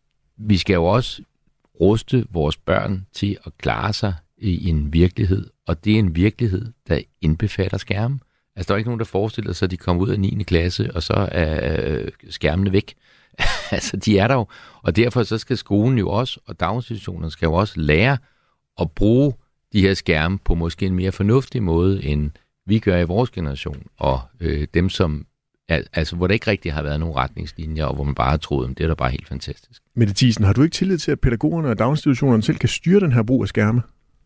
vi skal jo også ruste vores børn til at klare sig i en virkelighed, og det er en virkelighed, der indbefatter skærme. Altså, der er ikke nogen, der forestiller sig, at de kommer ud af niende klasse, og så er øh, skærmene væk. Altså, de er der jo, og derfor så skal skolen jo også, og daginstitutionerne skal jo også lære at bruge de her skærme på måske en mere fornuftig måde, end vi gør i vores generation, og øh, dem, som altså, hvor der ikke rigtig har været nogen retningslinjer, og hvor man bare har troet, det er da bare helt fantastisk. Mette Thiesen, har du ikke tillid til, at pædagogerne og daginstitutionerne selv kan styre den her brug af skærme?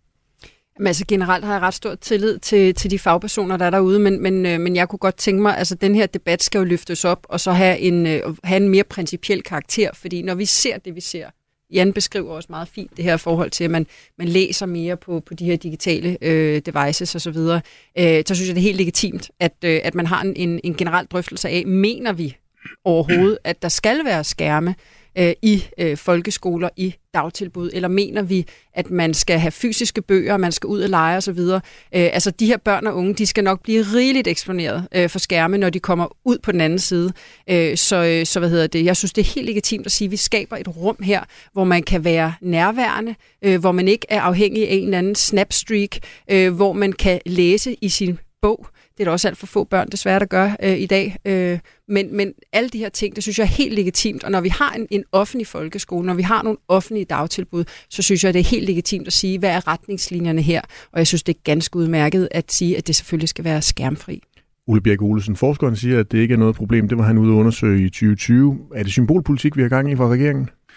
Men altså generelt har jeg ret stor tillid til, til de fagpersoner, der er derude, men, men, men jeg kunne godt tænke mig, altså den her debat skal jo løftes op, og så have en, have en mere principiel karakter, fordi når vi ser det, vi ser, Jan beskriver også meget fint det her forhold til, at man, man læser mere på, på de her digitale øh, devices osv., øh, så synes jeg, det er helt legitimt, at, øh, at man har en, en generel drøftelse af, mener vi overhovedet, at der skal være skærme øh, i øh, folkeskoler, i dagtilbud, eller mener vi, at man skal have fysiske bøger, man skal ud og lege osv. Øh, altså de her børn og unge, de skal nok blive rigeligt eksponeret øh, for skærme, når de kommer ud på den anden side. Øh, så, så hvad hedder det? Jeg synes, det er helt legitimt at sige, at vi skaber et rum her, hvor man kan være nærværende, øh, hvor man ikke er afhængig af en eller anden snapstreak, øh, hvor man kan læse i sin bog. Det er der også alt for få børn, desværre, der gør øh, i dag. Øh, men, men alle de her ting, det synes jeg er helt legitimt. Og når vi har en, en offentlig folkeskole, når vi har nogle offentlige dagtilbud, så synes jeg, det er helt legitimt at sige, hvad er retningslinjerne her? Og jeg synes, det er ganske udmærket at sige, at det selvfølgelig skal være skærmfri. Ole Bjerg Olesen, forskeren, siger, at det ikke er noget problem. Det var han ude at undersøge i tyve tyve. Er det symbolpolitik, vi har gang i fra regeringen?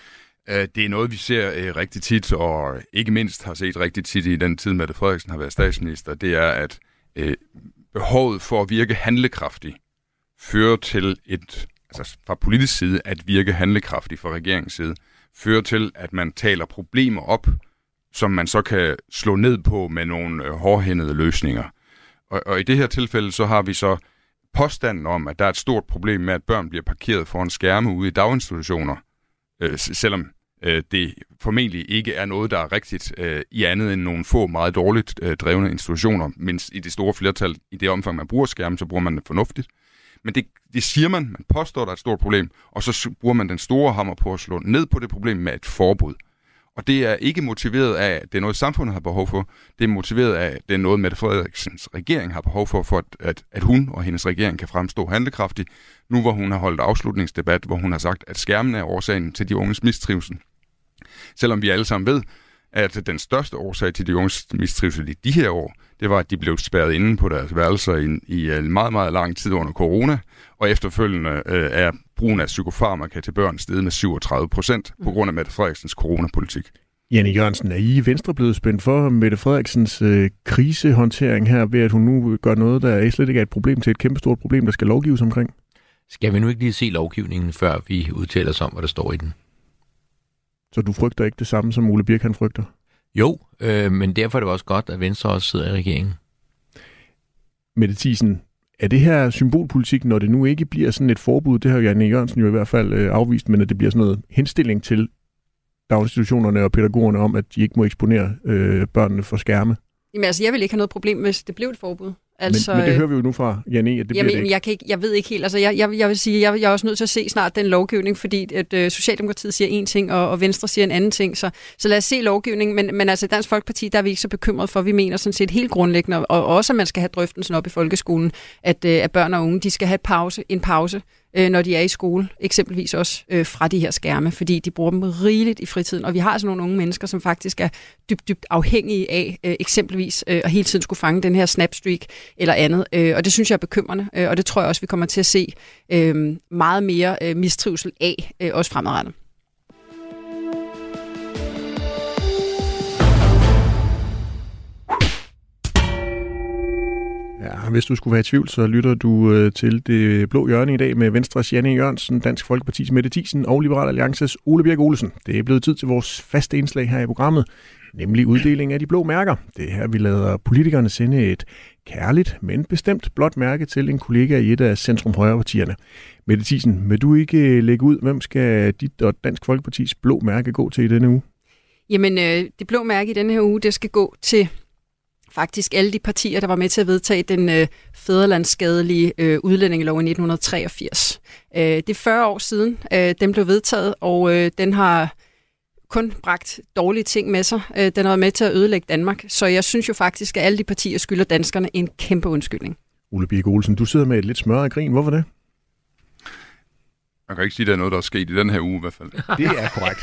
Det er noget, vi ser rigtig tit, og ikke mindst har set rigtig tit i den tid, Mette Frederiksen har været statsminister. Det er, at behovet for at virke handlekraftig fører til et, altså fra politisk side, at virke handlekraftig fra regeringens side, fører til, at man taler problemer op, som man så kan slå ned på med nogle hårdhændede løsninger. Og, og i det her tilfælde, så har vi så påstanden om, at der er et stort problem med, at børn bliver parkeret foran skærme ude i daginstitutioner, øh, selvom øh, det formentlig ikke er noget, der er rigtigt øh, i andet end nogle få meget dårligt øh, drevne institutioner, mens i det store flertal, i det omfang, man bruger skærme, så bruger man det fornuftigt. Men det, det siger man, man påstår, der er et stort problem, og så bruger man den store hammer på at slå ned på det problem med et forbud. Og det er ikke motiveret af, at det er noget, samfundet har behov for. Det er motiveret af, at det er noget, Mette Frederiksens regering har behov for, for at, at, at hun og hendes regering kan fremstå handlekraftig. Nu hvor hun har holdt afslutningsdebat, hvor hun har sagt, at skærmen er årsagen til de unges mistrivsel. Selvom vi alle sammen ved, at den største årsag til de unges mistrivsel i de her år, det var, at de blev spærret inde på deres værelser i, i en meget, meget lang tid under corona, og efterfølgende øh, er brugen af psykofarmaka til børn steget med syvogtredive procent på grund af Mette Frederiksens coronapolitik. Janne Jørgensen, er I i Venstre blevet spændt for Mette Frederiksens øh, krisehåndtering her, ved at hun nu gør noget, der slet ikke er et problem til et kæmpestort problem, der skal lovgives omkring? Skal vi nu ikke lige se lovgivningen, før vi udtaler os om, hvad der står i den? Så du frygter ikke det samme, som Ole Birk han frygter? Jo, øh, men derfor er det også godt, at Venstre også sidder i regeringen. Mette Thiesen, er det her symbolpolitik, når det nu ikke bliver sådan et forbud, det har Janne Jørgensen jo i hvert fald øh, afvist, men at det bliver sådan noget henstilling til daginstitutionerne og pædagogerne om, at de ikke må eksponere øh, børnene for skærme? Jamen altså, jeg vil ikke have noget problem, hvis det blev et forbud. Altså, men, men det hører vi jo nu fra Janne, at det jamen, bliver det ikke. Jeg, kan ikke, jeg ved ikke helt. Altså, jeg, jeg, jeg vil sige, jeg, jeg er også nødt til at se snart den lovgivning, fordi at, øh, Socialdemokratiet siger en ting, og, og Venstre siger en anden ting. Så, så lad os se lovgivningen. Men, men altså, Dansk Folkeparti, der er vi ikke så bekymret for. Vi mener sådan set helt grundlæggende, og også at man skal have drøftelsen op i folkeskolen, at, øh, at børn og unge, de skal have pause, en pause, øh, når de er i skole. Eksempelvis også øh, fra de her skærme, fordi de bruger dem rigeligt i fritiden. Og vi har altså nogle unge mennesker, som faktisk er dybt, dybt afhængige af øh, eksempelvis øh, at hele tiden skulle fange den her snapstreak eller andet. Øh, og det synes jeg er bekymrende, øh, og det tror jeg også, vi kommer til at se øh, meget mere øh, mistrivsel af, øh, også fremadrettet. Ja, hvis du skulle være i tvivl, så lytter du øh, til Det Blå Hjørne i dag med Venstres Janne Jørgensen, Dansk Folkepartis Mette Thiesen og Liberal Alliances Ole Birk Olesen. Det er blevet tid til vores faste indslag her i programmet, nemlig uddeling af de blå mærker. Det er her, vi lader politikerne sende et kærligt, men bestemt blåt mærke til en kollega i et af centrum-højre-partierne. Mette Thiesen, vil du ikke lægge ud, hvem skal dit og Dansk Folkepartis blå mærke gå til i denne uge? Jamen, øh, det blå mærke i denne her uge, det skal gå til faktisk alle de partier, der var med til at vedtage den øh, fædrelandsskadelige øh, udlændingelov i nitten treogfirs. Øh, det er fyrre år siden, øh, den blev vedtaget, og øh, den har kun bragt dårlige ting med sig. Øh, den har været med til at ødelægge Danmark, så jeg synes jo faktisk, at alle de partier skylder danskerne en kæmpe undskyldning. Ole Birk Olesen, du sidder med et lidt smørret grin. Hvorfor det? Man kan ikke sige, at der er noget, der er sket i den her uge i hvert fald. Det er korrekt.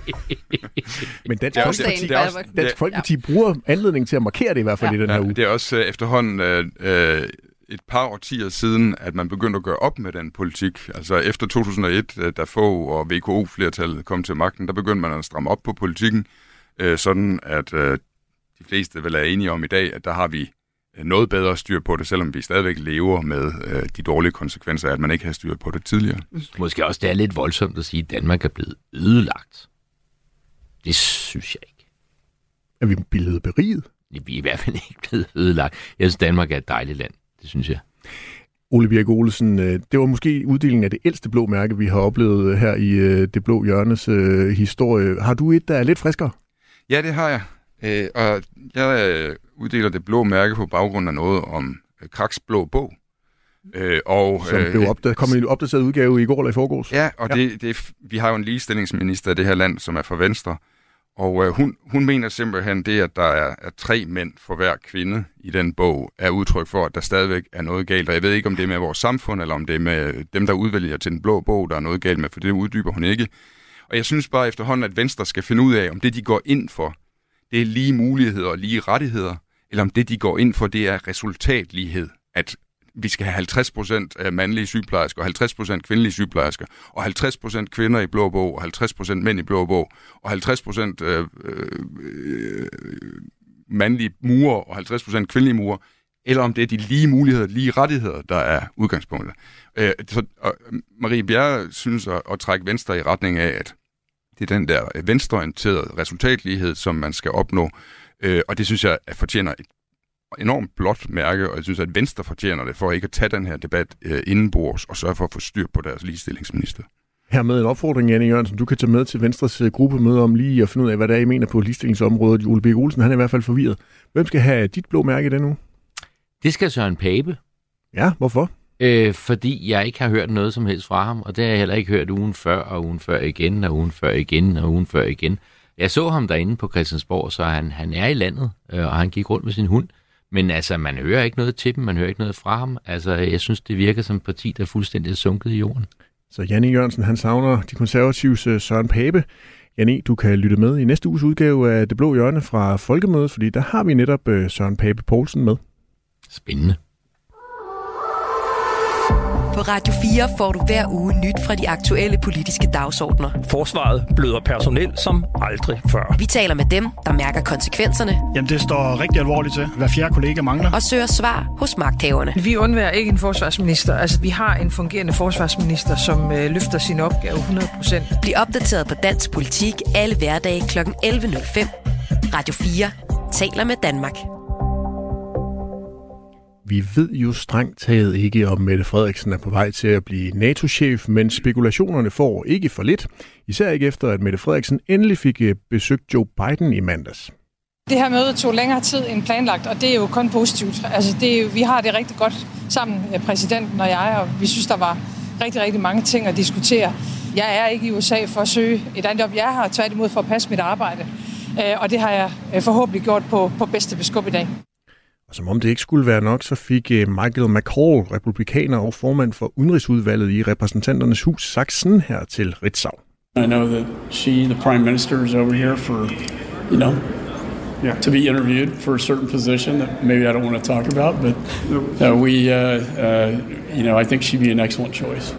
Men Dansk det Folkeparti, det også, Dansk Folkeparti ja. bruger anledningen til at markere det i hvert fald ja. i den her ja, uge. Det er også uh, efterhånden uh, uh, et par årtier siden, at man begyndte at gøre op med den politik. Altså efter to tusind og et, uh, da Fogh og V K O-flertallet kom til magten, der begyndte man at stramme op på politikken, uh, sådan at uh, de fleste vel er enige om i dag, at der har vi noget bedre styr på det, selvom vi stadigvæk lever med øh, de dårlige konsekvenser af, at man ikke har styr på det tidligere. Måske også det er lidt voldsomt at sige, at Danmark er blevet ødelagt. Det synes jeg ikke. Er vi blevet beriget? Vi er i hvert fald ikke blevet ødelagt. Jeg synes, Danmark er et dejligt land. Det synes jeg. Ole Birk Olesen, det var måske uddelingen af det ældste blå mærke, vi har oplevet her i Det Blå Hjørnes øh, historie. Har du et, der er lidt friskere? Ja, det har jeg. Øh, og jeg øh, uddeler det blå mærke på baggrund af noget om øh, Kraks blå bog. Øh, og, Som blev opdateret, kom i en opdateret udgave i går eller i forgårs. Ja, og ja. Det, det, vi har jo en ligestillingsminister i det her land, som er fra Venstre. Og øh, hun, hun mener simpelthen det, at der er, er tre mænd for hver kvinde i den bog, er udtryk for, at der stadigvæk er noget galt. Og jeg ved ikke, om det er med vores samfund, eller om det er med dem, der udvælger til den blå bog, der er noget galt med, for det uddyber hun ikke. Og jeg synes bare efterhånden, at Venstre skal finde ud af, om det, de går ind for, det er lige muligheder og lige rettigheder, eller om det, de går ind for, det er resultatlighed. At vi skal have halvtreds procent mandlige sygeplejersker, og halvtreds procent kvindelige sygeplejersker, og halvtreds procent kvinder i blå bog, og halvtreds procent mænd i blå bog, og halvtreds procent øh, øh, mandlige murer, og halvtreds procent kvindelige murer, eller om det er de lige muligheder, lige rettigheder, der er udgangspunktet. Øh, så, og Marie Bjerre synes at, at trække Venstre i retning af, at det er den der venstreorienterede resultatlighed, som man skal opnå, øh, og det synes jeg at fortjener et enormt blåt mærke, og jeg synes, at Venstre fortjener det, for ikke at tage den her debat øh, indenbords og sørge for at få styr på deres ligestillingsminister. Hermed en opfordring, Janne Jørgensen. Du kan tage med til Venstres gruppemøde om lige at finde ud af, hvad der er, I mener på ligestillingsområdet. Ole Birk Olesen, han er i hvert fald forvirret. Hvem skal have dit blå mærke i den uge? Det skal Søren Pape. Ja, hvorfor? Øh, fordi jeg ikke har hørt noget som helst fra ham, og det har jeg heller ikke hørt ugen før, og ugen før igen, og ugen før igen, og ugen før igen. Jeg så ham derinde på Christiansborg, så han, han er i landet, øh, og han gik rundt med sin hund. Men altså, man hører ikke noget til dem, man hører ikke noget fra ham. Altså, jeg synes, det virker som et parti, der er fuldstændig sunket i jorden. Så Janne Jørgensen, han savner de konservatives Søren Pape. Janne, du kan lytte med i næste uges udgave af Det Blå Hjørne fra Folkemødet, fordi der har vi netop Søren Pape Poulsen med. Spændende. På Radio fire får du hver uge nyt fra de aktuelle politiske dagsordner. Forsvaret bløder personel som aldrig før. Vi taler med dem, der mærker konsekvenserne. Jamen, det står rigtig alvorligt til. Hver fjerde kollega mangler. Og søger svar hos magthaverne. Vi undværer ikke en forsvarsminister. Altså, vi har en fungerende forsvarsminister, som øh, løfter sin opgave hundrede procent. Bliv opdateret på dansk politik alle hverdage kl. elleve nul fem. Radio fire taler med Danmark. Vi ved jo strengt taget ikke, om Mette Frederiksen er på vej til at blive NATO-chef, men spekulationerne får ikke for lidt. Især ikke efter, at Mette Frederiksen endelig fik besøgt Joe Biden i mandags. Det her møde tog længere tid end planlagt, og det er jo kun positivt. Altså, det er jo, vi har det rigtig godt sammen, præsidenten og jeg, og vi synes, der var rigtig, rigtig mange ting at diskutere. Jeg er ikke i U S A for at søge et andet job. Jeg har tværtimod for at passe mit arbejde, og det har jeg forhåbentlig gjort på, på bedste beskub i dag. Og som om det ikke skulle være nok, så fik Michael McCall, republikaner og formand for udenrigsudvalget i repræsentanternes hus, sagt sådan her til Ritzau. I know that she, the prime minister, is over here for, you know, yeah. to be interviewed for a certain position that maybe I don't want to talk about, but uh, we, uh, uh, you know, I think she'd be an excellent choice.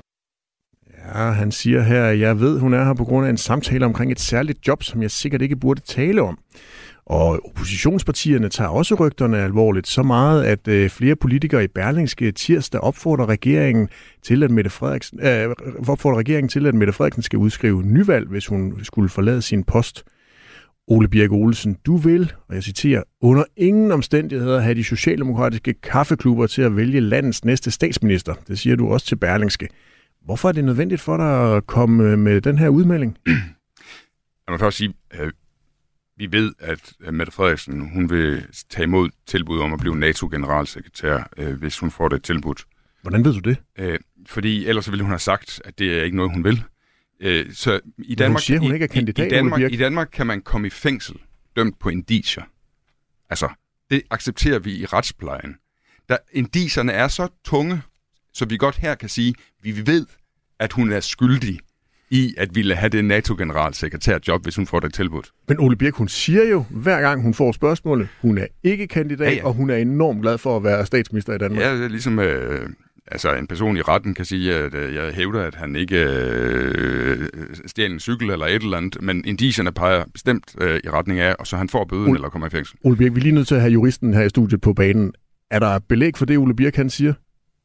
Ja, han siger her, at jeg ved, hun er her på grund af en samtale omkring et særligt job, som jeg sikkert ikke burde tale om. Og oppositionspartierne tager også rygterne alvorligt så meget, at øh, flere politikere i Berlingske tirsdag opfordrer regeringen til, at Mette Frederiksen, øh, opfordrer regeringen til, at Mette Frederiksen skal udskrive nyvalg, hvis hun skulle forlade sin post. Ole Birk Olesen, du vil, og jeg citerer, under ingen omstændigheder have de socialdemokratiske kaffeklubber til at vælge landets næste statsminister. Det siger du også til Berlingske. Hvorfor er det nødvendigt for dig at komme med den her udmelding? Jeg må først sige, øh, vi ved, at Mette Frederiksen hun vil tage imod tilbud om at blive NATO-generalsekretær, øh, hvis hun får det tilbud. Hvordan ved du det? Øh, fordi ellers ville hun have sagt, at det er ikke noget, hun vil. Øh, så i Danmark, hun siger, hun ikke er kandidat, i, i, Danmark, I Danmark kan man komme i fængsel, dømt på indicier. Altså, det accepterer vi i retsplejen. Der, indicierne er så tunge, så vi godt her kan sige, at vi ved, at hun er skyldig i at ville have det NATO-generalsekretærjob, hvis hun får det tilbudt. Men Ole Birk, hun siger jo, hver gang hun får spørgsmålet, hun er ikke kandidat, ja, ja. Og hun er enormt glad for at være statsminister i Danmark. Ja, det er ligesom øh, altså en person i retten kan sige, at øh, jeg hævder, at han ikke øh, stjæler en cykel eller et eller andet, men indicierne peger bestemt øh, i retning af, og så han får bøden Ole, eller kommer i fængsel. Ole Birk, vi er lige nødt til at have juristen her i studiet på banen. Er der belæg for det, Ole Birk han siger?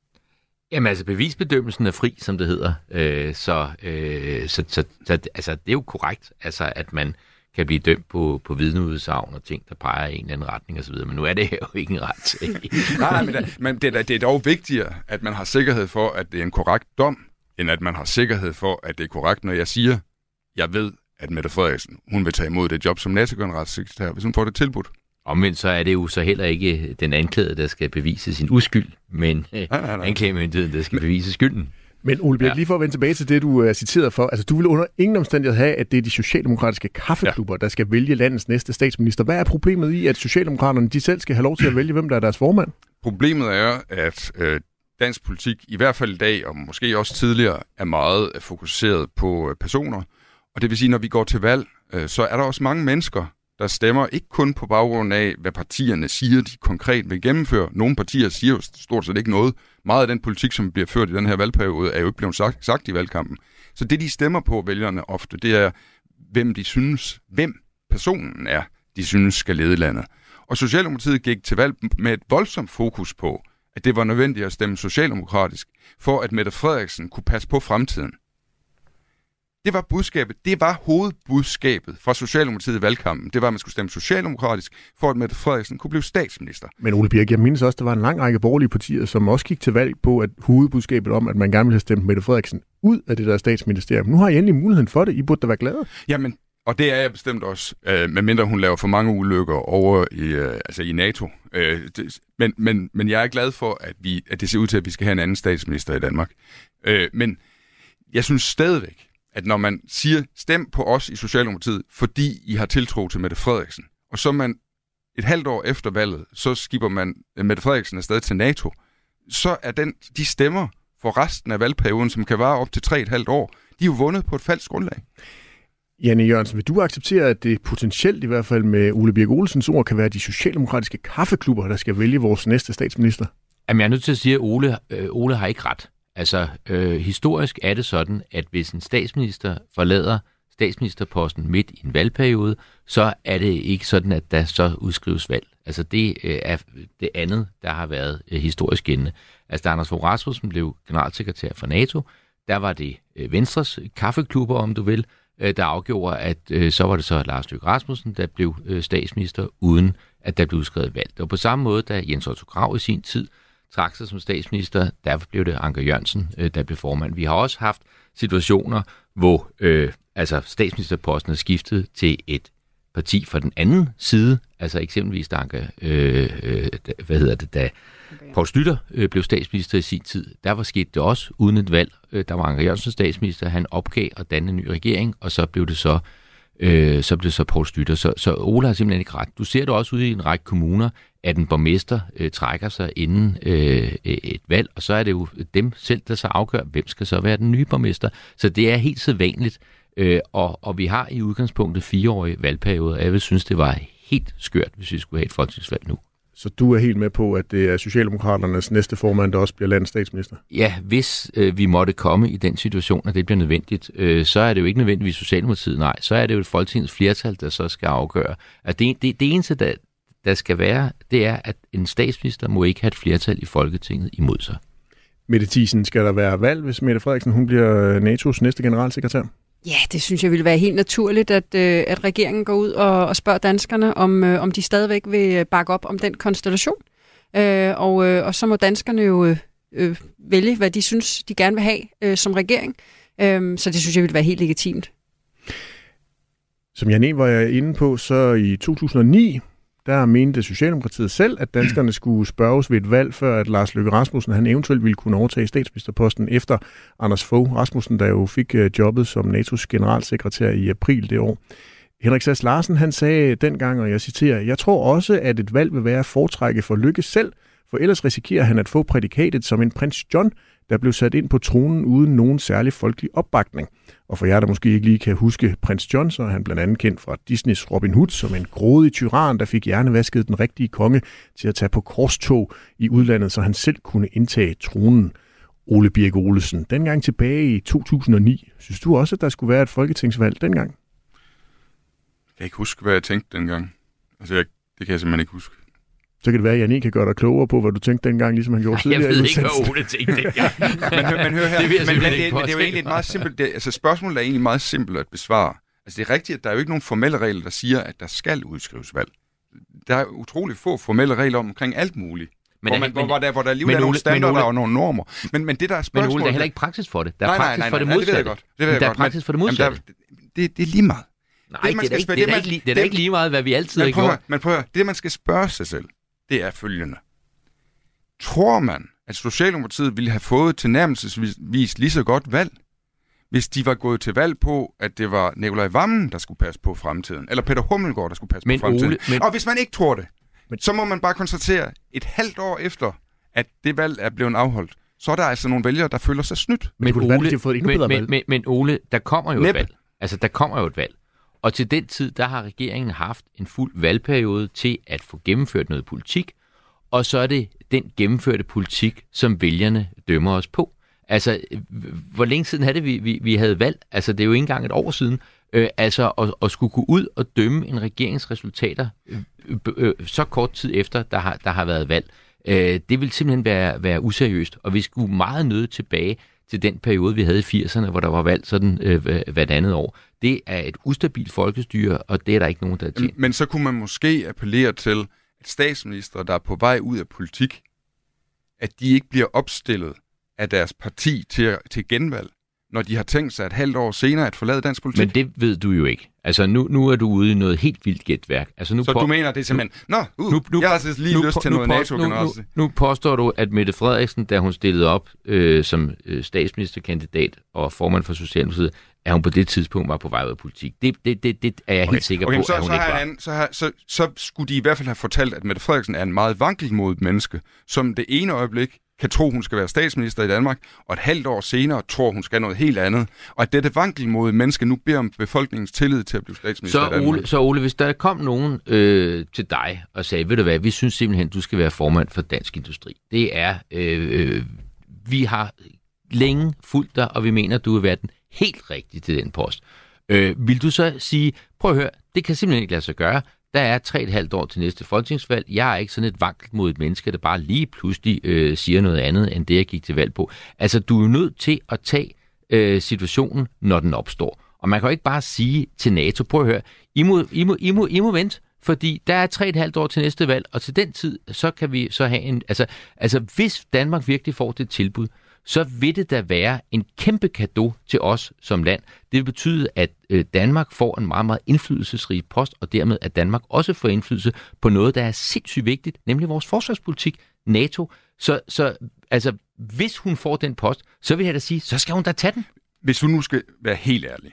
Jamen altså, bevisbedømmelsen er fri, som det hedder. Øh, så, øh, så, så, så altså, det er jo korrekt, altså, at man kan blive dømt på, på vidneudsagn og ting, der peger i en eller anden retning osv., men nu er det jo ikke en ret. Nej, men, der, men det, er, det er dog vigtigere, at man har sikkerhed for, at det er en korrekt dom, end at man har sikkerhed for, at det er korrekt, når jeg siger, jeg ved, at Mette Frederiksen, hun vil tage imod det job som NATO-generalsekretær, hvis hun får det tilbudt. Omvendt så er det jo så heller ikke den anklagede, der skal bevise sin uskyld, men nej, nej, nej. anklagemyndigheden, der skal bevise skylden. Men Ole Birk, ja. Lige for at vende tilbage til det, du er citeret for. Altså, du vil under ingen omstændighed have, at det er de socialdemokratiske kaffeklubber, ja. Der skal vælge landets næste statsminister. Hvad er problemet i, at socialdemokraterne de selv skal have lov til at vælge, hvem der er deres formand? Problemet er, at øh, dansk politik, i hvert fald i dag, og måske også tidligere, er meget fokuseret på øh, personer. Og det vil sige, når vi går til valg, øh, så er der også mange mennesker, der stemmer ikke kun på baggrund af, hvad partierne siger, de konkret vil gennemføre. Nogle partier siger jo stort set ikke noget. meget af den politik, som bliver ført i den her valgperiode, er jo ikke blevet sagt, sagt i valgkampen. Så det, de stemmer på, vælgerne ofte, det er, hvem de synes, hvem personen er, de synes skal lede landet. Og Socialdemokratiet gik til valg med et voldsomt fokus på, at det var nødvendigt at stemme socialdemokratisk, for at Mette Frederiksen kunne passe på fremtiden. Det var budskabet, det var hovedbudskabet fra Socialdemokratiet i valgkampen. Det var, at man skulle stemme socialdemokratisk, for at Mette Frederiksen kunne blive statsminister. Men Ole Birk, jeg mindes også, der var en lang række borgerlige partier, som også gik til valg på, at hovedbudskabet om, at man gerne ville have stemt Mette Frederiksen ud af det der statsministerium. Nu har I endelig muligheden for det. I burde da være glade. Jamen, og det er jeg bestemt også, øh, medmindre hun laver for mange ulykker over i, øh, altså i NATO. Øh, det, men, men, men jeg er glad for, at, vi, at det ser ud til, at vi skal have en anden statsminister i Danmark. Øh, men jeg synes stadigvæk, at når man siger, stem på os i Socialdemokratiet, fordi I har tiltro til Mette Frederiksen, og så man et halvt år efter valget, så skipper man Mette Frederiksen afsted til NATO, så er den, de stemmer for resten af valgperioden, som kan vare op til tre et halvt år, de er jo vundet på et falsk grundlag. Janne Jørgensen, vil du acceptere, at det potentielt i hvert fald med Ole Birk Olesens ord kan være de socialdemokratiske kaffeklubber, der skal vælge vores næste statsminister? Jamen, jeg er nødt til at sige, at Ole, øh, Ole har ikke ret. Altså, øh, historisk er det sådan, at hvis en statsminister forlader statsministerposten midt i en valgperiode, så er det ikke sådan, at der så udskrives valg. Altså, det øh, er det andet, der har været øh, historisk gældende. Altså, da Anders Fogh Rasmussen blev generalsekretær for NATO, der var det øh, Venstres kaffeklubber, om du vil, øh, der afgjorde, at øh, så var det så Lars Løkke Rasmussen, der blev øh, statsminister, uden at der blev udskrevet valg. Det var på samme måde, da Jens Otto Krag i sin tid trak sig som statsminister, derfor blev det Anker Jørgensen, øh, der blev formand. Vi har også haft situationer, hvor øh, altså statsministerposten er skiftet til et parti fra den anden side, altså eksempelvis da Anker, øh, øh, hvad hedder det, da Poul Schlüter øh, blev statsminister i sin tid, der var sket det også uden et valg. Øh, der var Anker Jørgensen statsminister, han opgav at danne en ny regering, og så blev det så øh, så blev det så Poul Schlüter. Så, så Ole har simpelthen ikke ret. Du ser det også ude i en række kommuner, at en borgmester øh, trækker sig inden øh, et valg, og så er det jo dem selv, der så afgør, hvem skal så være den nye borgmester. Så det er helt sædvanligt, øh, og, og vi har i udgangspunktet fireårige valgperioder, og jeg vil synes, det var helt skørt, hvis vi skulle have et folketingsvalg nu. Så du er helt med på, at det er Socialdemokraternes næste formand, der også bliver landets statsminister? Ja, hvis øh, vi måtte komme i den situation, at det bliver nødvendigt, øh, så er det jo ikke nødvendigvis Socialdemokratiet, nej. Så er det jo et folketingets flertal, der så skal afgøre. At det, det, det eneste, der, der skal være, det er, at en statsminister må ikke have et flertal i Folketinget imod sig. Mette Thiesen, skal der være valg, hvis Mette Frederiksen hun bliver N A T O's næste generalsekretær? Ja, det synes jeg ville være helt naturligt, at, øh, at regeringen går ud og, og spørger danskerne, om, øh, om de stadigvæk vil bakke op om den konstellation. Øh, og, øh, og så må danskerne jo øh, vælge, hvad de synes, de gerne vil have øh, som regering. Øh, så det synes jeg ville være helt legitimt. Som Janne var jeg inde på, så i to tusind og ni, der mente Socialdemokratiet selv, at danskerne skulle spørges ved et valg, før at Lars Løkke Rasmussen han eventuelt ville kunne overtage statsministerposten efter Anders Fogh Rasmussen, der jo fik jobbet som N A T O's generalsekretær i april det år. Henrik Sass Larsen han sagde dengang, og jeg citerer, jeg tror også, at et valg vil være at foretrække for Løkke selv, for ellers risikerer han at få prædikatet som en prins John, der blev sat ind på tronen uden nogen særlig folkelig opbakning. Og for jer, der måske ikke lige kan huske prins John, så er han blandt andet kendt fra Disneys Robin Hood som en grådig tyran, der fik hjernevasket den rigtige konge til at tage på korstog i udlandet, så han selv kunne indtage tronen. Ole Birk Olesen, dengang tilbage i to tusind og ni, synes du også, at der skulle være et folketingsvalg dengang? Jeg kan ikke huske, hvad jeg tænkte dengang. Altså, jeg, det kan jeg simpelthen ikke huske. Så kan det være, at Janne kan gøre dig klogere på, hvad du tænkte dengang, ligesom han gjorde Ej, tidligere. Jeg ved ikke, hvad Ole tænkte dengang. men, hør, men hør her, det men, men, men, det, men det er jo egentlig et meget simpelt, det, altså spørgsmålet er egentlig meget simpelt at besvare. Altså det er rigtigt, at der er jo ikke nogen formelle regler, der siger, at der skal udskrives valg. Der er utrolig få formelle regler omkring alt muligt. Men hvor, man, men, hvor, der, hvor der alligevel er nogle standarder og nogle normer. Men, men det der er spørgsmålet... Men Ole, der er heller ikke praksis for det. Der er nej, praksis nej, nej, for det nej, modsatte. Det ved jeg godt. Det ved jeg der godt. er praksis for det modsatte. Jamen, der, det, det er lige meget. Nej, det, det, er, ikke, det, er, ikke, det er da ikke lige meget, hvad vi altid har gjort. Men prøv at høre, det man skal spørge sig selv, det er følgende. Tror man, at Socialdemokratiet ville have fået tilnærmelsesvis lige så godt valg, hvis de var gået til valg på, at det var Nicolai Wammen, der skulle passe på fremtiden, eller Peter Hummelgaard, der skulle passe men på fremtiden? Ole, men... Og hvis man ikke tror det, så må man bare konstatere, et halvt år efter, at det valg er blevet afholdt, så er der altså nogle vælgere, der føler sig snydt. Men, men, Ole, men, men, men, men Ole, der kommer jo Næppe. et valg. Altså, der kommer jo et valg. Og til den tid, der har regeringen haft en fuld valgperiode til at få gennemført noget politik, og så er det den gennemførte politik, som vælgerne dømmer os på. Altså, hvor længe siden havde det, vi, vi, vi havde valgt? Altså, det er jo ikke engang et år siden. Øh, altså, at, at skulle gå ud og dømme en regeringsresultater øh, øh, så kort tid efter, der har, der har været valg. Øh, det vil simpelthen være, være useriøst, og vi skulle meget nødt tilbage til den periode, vi havde i firserne, hvor der var valgt sådan øh, hvert andet år. Det er et ustabilt folkestyre, og det er der ikke nogen, der er tjent. Men så kunne man måske appellere til, at statsministre, der er på vej ud af politik, at de ikke bliver opstillet af deres parti til, til genvalg, når de har tænkt sig et halvt år senere at forlade dansk politik. Men det ved du jo ikke. Altså, nu, nu er du ude i noget helt vildt gætværk. Altså, nu så på, du mener, det er simpelthen... Nå, uh, nu, nu, jeg har altså lige nu, lyst til nu, noget nato nu, nu, nu påstår du, at Mette Frederiksen, da hun stillede op øh, som øh, statsministerkandidat og formand for Socialdemokratiet, at hun på det tidspunkt var på vej ud af politik. Det, det, det, det er jeg okay. helt sikker okay, på, så, at hun så ikke var. Han, så, har, så, så skulle de i hvert fald have fortalt, at Mette Frederiksen er en meget vankelmodigt menneske, som det ene øjeblik kan tro, hun skal være statsminister i Danmark, og et halvt år senere tror, hun skal noget helt andet. Og at dette vankelmodige menneske nu beder om befolkningens tillid til at blive statsminister så, i Danmark. Ole, så Ole, hvis der kom nogen øh, til dig og sagde, ved du hvad, vi synes simpelthen, du skal være formand for Dansk Industri. Det er, øh, øh, vi har længe fulgt dig, og vi mener, du vil være den helt rigtige til den post. Øh, vil du så sige, prøv at høre, det kan simpelthen ikke lade sig gøre. Der er tre et halvt år til næste folketingsvalg. Jeg er ikke sådan et vankelmodigt menneske, der bare lige pludselig øh, siger noget andet, end det, jeg gik til valg på. Altså, du er jo nødt til at tage øh, situationen, når den opstår. Og man kan jo ikke bare sige til NATO, prøv at høre, I må, I må, I må, I må vente, fordi der er tre et halvt år til næste valg, og til den tid, så kan vi så have en... Altså, altså hvis Danmark virkelig får det tilbud, så vil det da være en kæmpe cadeau til os som land. Det vil betyde, at Danmark får en meget, meget indflydelsesrig post, og dermed at Danmark også får indflydelse på noget, der er sindssygt vigtigt, nemlig vores forsvarspolitik, NATO. Så, så altså, hvis hun får den post, så vil jeg da sige, så skal hun da tage den. Hvis hun nu skal være helt ærlig.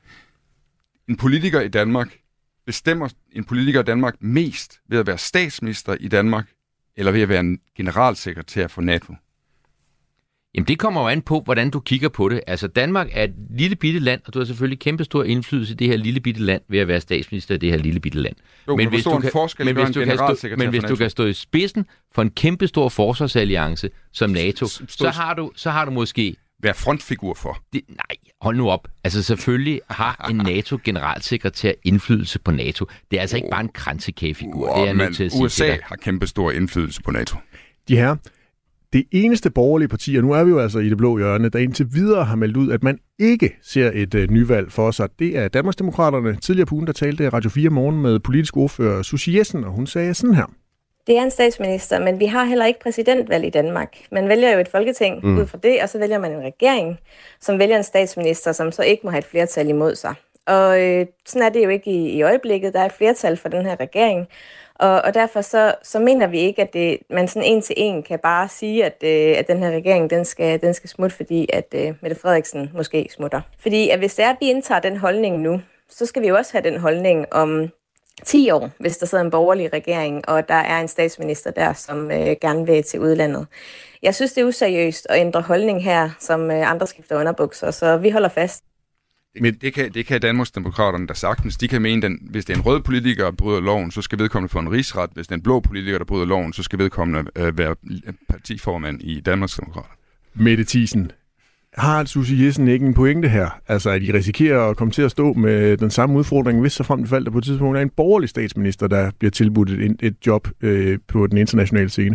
En politiker i Danmark, bestemmer en politiker i Danmark mest ved at være statsminister i Danmark, eller ved at være en generalsekretær for NATO? Jamen, det kommer jo an på, hvordan du kigger på det. Altså, Danmark er et lille bitte land, og du har selvfølgelig kæmpe stor indflydelse i det her lille bitte land ved at være statsminister i det her lille bitte land. Jo, men hvis du kan, forskel, men hvis du kan stå, men hvis du kan stå i spidsen for en kæmpe stor forsvarsalliance som NATO, stå, så har du så har du måske være frontfigur for. Det, nej, hold nu op. Altså, selvfølgelig har en NATO-generalsekretær indflydelse på NATO. Det er altså ikke bare en kransekagefigur. Oh, det er jeg nødt til at sige. U S A har kæmpe stor indflydelse på NATO. De her Det eneste borgerlige parti, og nu er vi jo altså i det blå hjørne, der indtil videre har meldt ud, at man ikke ser et øh, nyvalg for sig, det er Danmarksdemokraterne. Tidligere på ugen, der talte Radio fire Morgen med politisk ordfører Susie Jessen, og hun sagde sådan her. Det er en statsminister, men vi har heller ikke præsidentvalg i Danmark. Man vælger jo et folketing mm. ud fra det, og så vælger man en regering, som vælger en statsminister, som så ikke må have et flertal imod sig. Og øh, sådan er det jo ikke i, i øjeblikket. Der er et flertal for den her regering. Og, og derfor så, så mener vi ikke, at det, man sådan en til en kan bare sige, at, øh, at den her regering den skal, den skal smutte, fordi at øh, Mette Frederiksen måske smutter. Fordi at hvis det er, at vi indtager den holdning nu, så skal vi jo også have den holdning om ti år, hvis der sidder en borgerlig regering, og der er en statsminister der, som øh, gerne vil til udlandet. Jeg synes, det er useriøst at ændre holdning her, som øh, andre skifter underbukser, så vi holder fast. Det, det, kan, det kan Danmarksdemokraterne da sagtens. De kan mene, at hvis det er en rød politiker, der bryder loven, så skal vedkommende få en rigsret. Hvis det er en blå politiker, der bryder loven, så skal vedkommende øh, være partiformand i Danmarksdemokraterne. Mette Thiesen, har Susie Jessen ikke en pointe her? Altså, at I risikerer at komme til at stå med den samme udfordring, hvis så frem til falder på et tidspunkt er en borgerlig statsminister, der bliver tilbudt et, et job øh, på den internationale scene?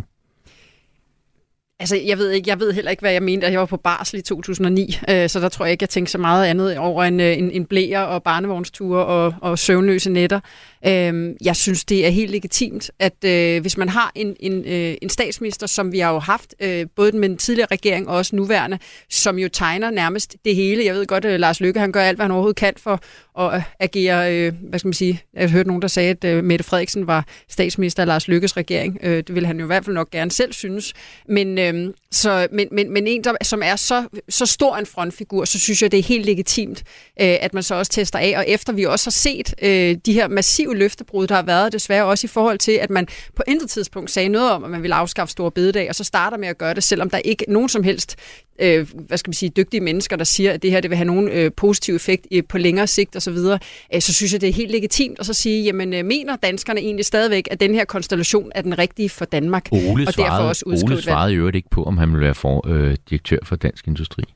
Altså, jeg ved ikke, jeg ved heller ikke, hvad jeg mente, at jeg var på barsel i to tusind og ni, øh, så der tror jeg ikke, jeg tænkte så meget andet over en, en, en blæer og barnevognsture og, og søvnløse nætter. Øh, jeg synes, det er helt legitimt, at øh, hvis man har en, en, øh, en statsminister, som vi har jo haft, øh, både med den tidligere regering og også nuværende, som jo tegner nærmest det hele. Jeg ved godt, at Lars Løkke, han gør alt, hvad han overhovedet kan for at agere, øh, hvad skal man sige, jeg hørte nogen, der sagde, at øh, Mette Frederiksen var statsminister af Lars Lykkes regering. Øh, det ville han jo i hvert fald nok gerne selv synes. Men, øh, så, men, men, men en, der, som er så, så stor en frontfigur, så synes jeg, det er helt legitimt, øh, at man så også tester af. Og efter vi også har set øh, de her massive løftebrud, der har været desværre også i forhold til, at man på intet tidspunkt sagde noget om, at man ville afskaffe store bededag, og så starter med at gøre det, selvom der ikke er nogen som helst øh, hvad skal man sige, dygtige mennesker, der siger, at det her det vil have nogen øh, positiv effekt øh, på længere sigt osv. osv., øh, så synes jeg, det er helt legitimt at så sige, jamen øh, mener danskerne egentlig stadigvæk, at den her konstellation er den rigtige for Danmark? Ole og svarede, derfor også Ole svarede i øvrigt ikke på, om han ville være for, øh, direktør for Dansk Industri.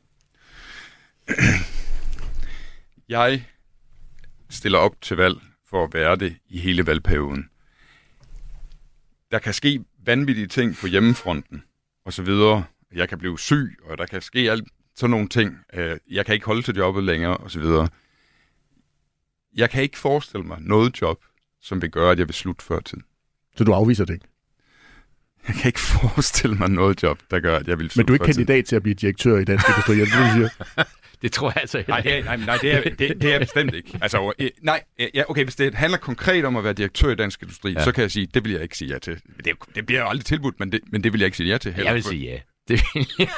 Jeg stiller op til valg for at være det i hele valgperioden. Der kan ske vanvittige ting på hjemmefronten, og så videre. Jeg kan blive syg, og der kan ske alt sådan nogle ting. Jeg kan ikke holde til jobbet længere, og så videre. Jeg kan ikke forestille mig noget job, som vil gøre, at jeg vil slutte før tid. Så du afviser det ikke? Jeg kan ikke forestille mig noget job, der gør, at jeg vil slutte. Men du er ikke kandidat til at blive direktør i Dansk Industri, det du siger? Det tror jeg altså ikke. Nej, det er, nej, nej, det er, det, det er jeg bestemt ikke. Altså, nej, ja, okay, hvis det handler konkret om at være direktør i Dansk Industri, ja. så kan jeg sige, det vil jeg ikke sige ja til. Det, det bliver jo aldrig tilbudt, men det, men det vil jeg ikke sige ja til heller. Jeg vil sige ja. Det vil jeg.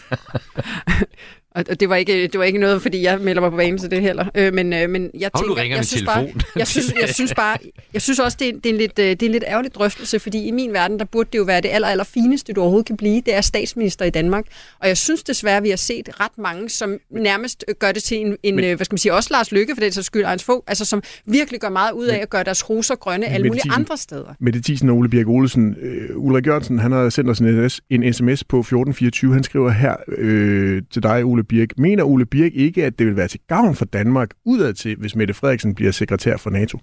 Og det var ikke det var ikke noget, fordi jeg melder mig på banen til det heller. Øh, men øh, men jeg Hov, tænker, du ringer jeg med synes telefon. bare, jeg synes jeg synes bare, jeg synes også det er, det er en lidt det er en lidt ærgerlig drøftelse, fordi i min verden der burde det jo være det aller aller fineste du overhovedet kan blive, det er statsminister i Danmark. Og jeg synes desværre vi har set ret mange som nærmest gør det til en, en men, hvad skal man sige, også Lars Løkke for det så skyld Ejens Fogh, altså som virkelig gør meget ud af at gøre deres roser grønne alle mulige Thiesen, andre steder. Mette Thiesen og Ole Birk Olesen, øh, Ulrik Jørgensen, han har sendt os en, en sms på fjorten fireogtyve. Han skriver her øh, til dig, Ole Birk. Mener Ole Birk ikke, at det vil være til gavn for Danmark udadtil, hvis Mette Frederiksen bliver sekretær for NATO?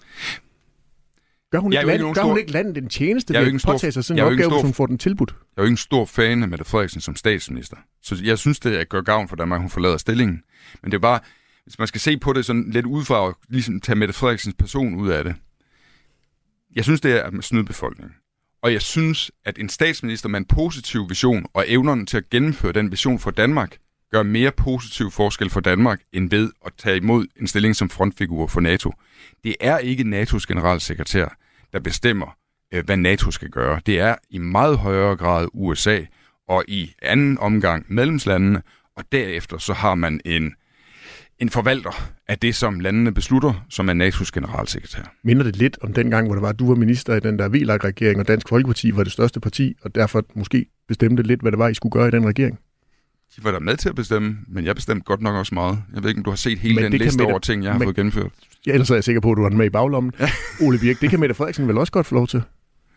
Gør hun, ikke, land, gør stor... hun ikke landet den tjeneste ved at stor... påtage sig sådan en opgave, stor... hvis hun får den tilbudt? Jeg er jo ikke en stor fan af Mette Frederiksen som statsminister. Så jeg synes, det gør gavn for Danmark, hun forlader stillingen. Men det er bare, hvis man skal se på det sådan lidt udefra og ligesom tage Mette Frederiksens person ud af det. Jeg synes, det er at snyde befolkningen. Og jeg synes, at en statsminister med en positiv vision og evnerne til at gennemføre den vision for Danmark, gør mere positiv forskel for Danmark, end ved at tage imod en stilling som frontfigur for NATO. Det er ikke N A T O's generalsekretær, der bestemmer, hvad NATO skal gøre. Det er i meget højere grad U S A, og i anden omgang medlemslandene, og derefter så har man en, en forvalter af det, som landene beslutter, som er N A T O's generalsekretær. Minder det lidt om den gang, hvor det var, at du var minister i den der V L A K-regering, og Dansk Folkeparti var det største parti, og derfor måske bestemte lidt, hvad det var, I skulle gøre i den regering? De var der med til at bestemme, men jeg bestemte godt nok også meget. Jeg ved ikke, om du har set hele men den liste over ting, jeg har men, fået gennemført. Ja, ellers er jeg sikker på, at du har den med i baglommen. Ja. Ole Birk, det kan Mette Frederiksen vel også godt få lov til?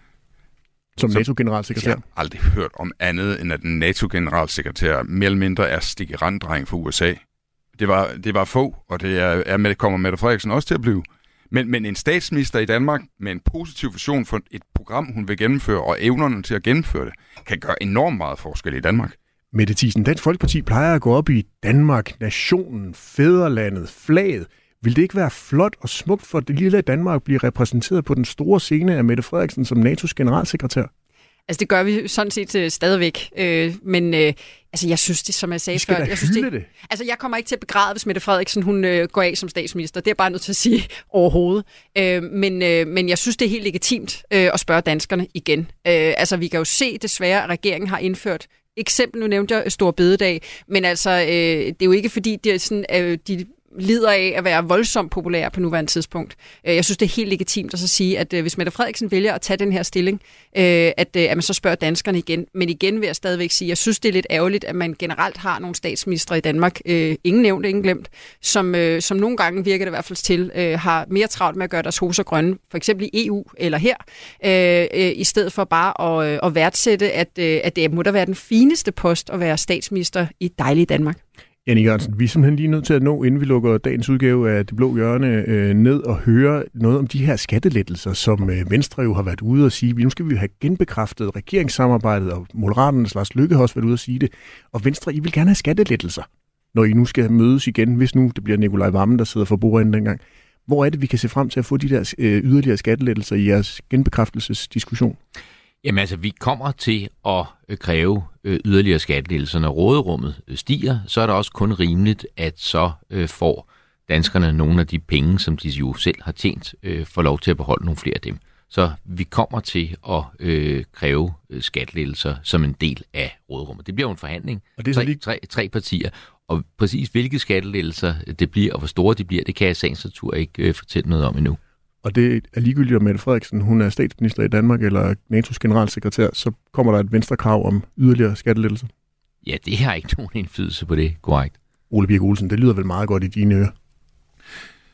Som NATO-generalsekretær? Jeg har aldrig hørt om andet, end at en NATO-generalsekretær mere eller mindre er stikke-randdreng for U S A. Det var, det var få, og det er, er, kommer Mette Frederiksen også til at blive. Men, men en statsminister i Danmark med en positiv vision for et program, hun vil gennemføre, og evnerne til at gennemføre det, kan gøre enormt meget forskel i Danmark. Mette Thiesen, Dansk Folkeparti plejer at gå op i Danmark, nationen, fædrelandet, flaget. Vil det ikke være flot og smukt for det lille Danmark at blive repræsenteret på den store scene af Mette Frederiksen som N A T O's generalsekretær? Altså det gør vi sådan set øh, stadigvæk, øh, men øh, altså jeg synes det, som jeg sagde før, jeg synes det, det. Altså jeg kommer ikke til at begræde, hvis Mette Frederiksen hun øh, går af som statsminister. Det er jeg bare nødt til at sige overhovedet. Øh, men øh, men jeg synes det er helt legitimt øh, at spørge danskerne igen. Øh, altså vi kan jo se desværre, at regeringen har indført eksempel, nu nævnte jeg Store Bededag, men altså, øh, det er jo ikke fordi, de, er sådan, øh, de lider af at være voldsomt populære på nuværende tidspunkt. Øh, jeg synes, det er helt legitimt at så sige, at øh, hvis Mette Frederiksen vælger at tage den her stilling, øh, at, øh, at man så spørger danskerne igen. Men igen vil jeg stadigvæk sige, jeg synes, det er lidt ærgerligt, at man generelt har nogle statsministre i Danmark, øh, ingen nævnt, ingen glemt, som, øh, som nogle gange virker det i hvert fald til, øh, har mere travlt med at gøre deres hoser grønne, for eksempel i E U eller her, øh, øh, i stedet for bare at, øh, at værdsætte, at, øh, at det må da være den fineste post at være statsminister i dejlige Danmark. Jannik Jørgensen, vi er simpelthen lige nødt til at nå, inden vi lukker dagens udgave af Det Blå Hjørne øh, ned og høre noget om de her skattelettelser, som øh, Venstre jo har været ude og sige. Nu skal vi jo have genbekræftet regeringssamarbejdet, og Moderaternes Lars Løkke har også været ude og sige det. Og Venstre, I vil gerne have skattelettelser, når I nu skal mødes igen, hvis nu det bliver Nikolaj Wammen, der sidder for bordenden dengang. Hvor er det, vi kan se frem til at få de der øh, yderligere skattelettelser i jeres genbekræftelsesdiskussion? Jamen altså, vi kommer til at kræve yderligere skattelettelser. Når råderummet stiger, så er det også kun rimeligt, at så får danskerne nogle af de penge, som de jo selv har tjent, får lov til at beholde nogle flere af dem. Så vi kommer til at øh, kræve skattelettelser som en del af råderummet. Det bliver jo en forhandling. Og det er så lige... tre, tre, tre partier. Og præcis hvilke skattelettelser det bliver, og hvor store de bliver, det kan jeg sagens natur ikke øh, fortælle noget om endnu. Og det er ligegyldigt, om Mette Frederiksen hun er statsminister i Danmark eller N A T O's generalsekretær, så kommer der et venstrekrav om yderligere skattelettelser. Ja, det har ikke nogen indflydelse på det, korrekt. Ole Birk Olesen, det lyder vel meget godt i dine ører?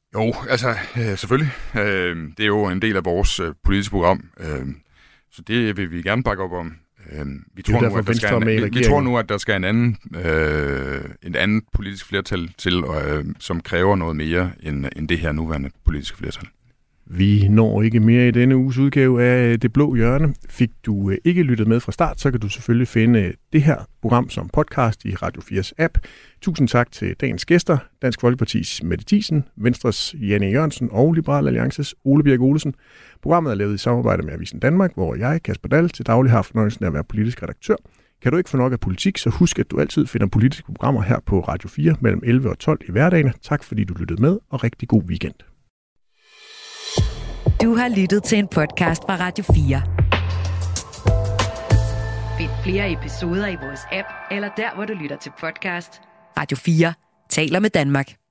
Jo, altså øh, selvfølgelig. Øh, det er jo en del af vores øh, politiske program, øh, så det vil vi gerne bakke op om. Øh, vi, tror nu, at der skal en, vi, vi tror nu, at der skal en anden, øh, en anden politisk flertal til, øh, som kræver noget mere end, end det her nuværende politiske flertal. Vi når ikke mere i denne uges udgave af Det Blå Hjørne. Fik du ikke lyttet med fra start, så kan du selvfølgelig finde det her program som podcast i Radio fires app. Tusind tak til dagens gæster, Dansk Folkepartis Mette Thiesen, Venstres Janne Jørgensen og Liberal Alliances Ole Birk Olesen. Programmet er lavet i samarbejde med Avisen Danmark, hvor jeg, Kasper Dahl, til daglig har fornøjelsen af at være politisk redaktør. Kan du ikke få nok af politik, så husk, at du altid finder politiske programmer her på Radio fire mellem elleve og tolv i hverdagene. Tak fordi du lyttede med, og rigtig god weekend. Du har lyttet til en podcast fra Radio fire. Find flere episoder i vores app, eller der, hvor du lytter til podcast. Radio fire taler med Danmark.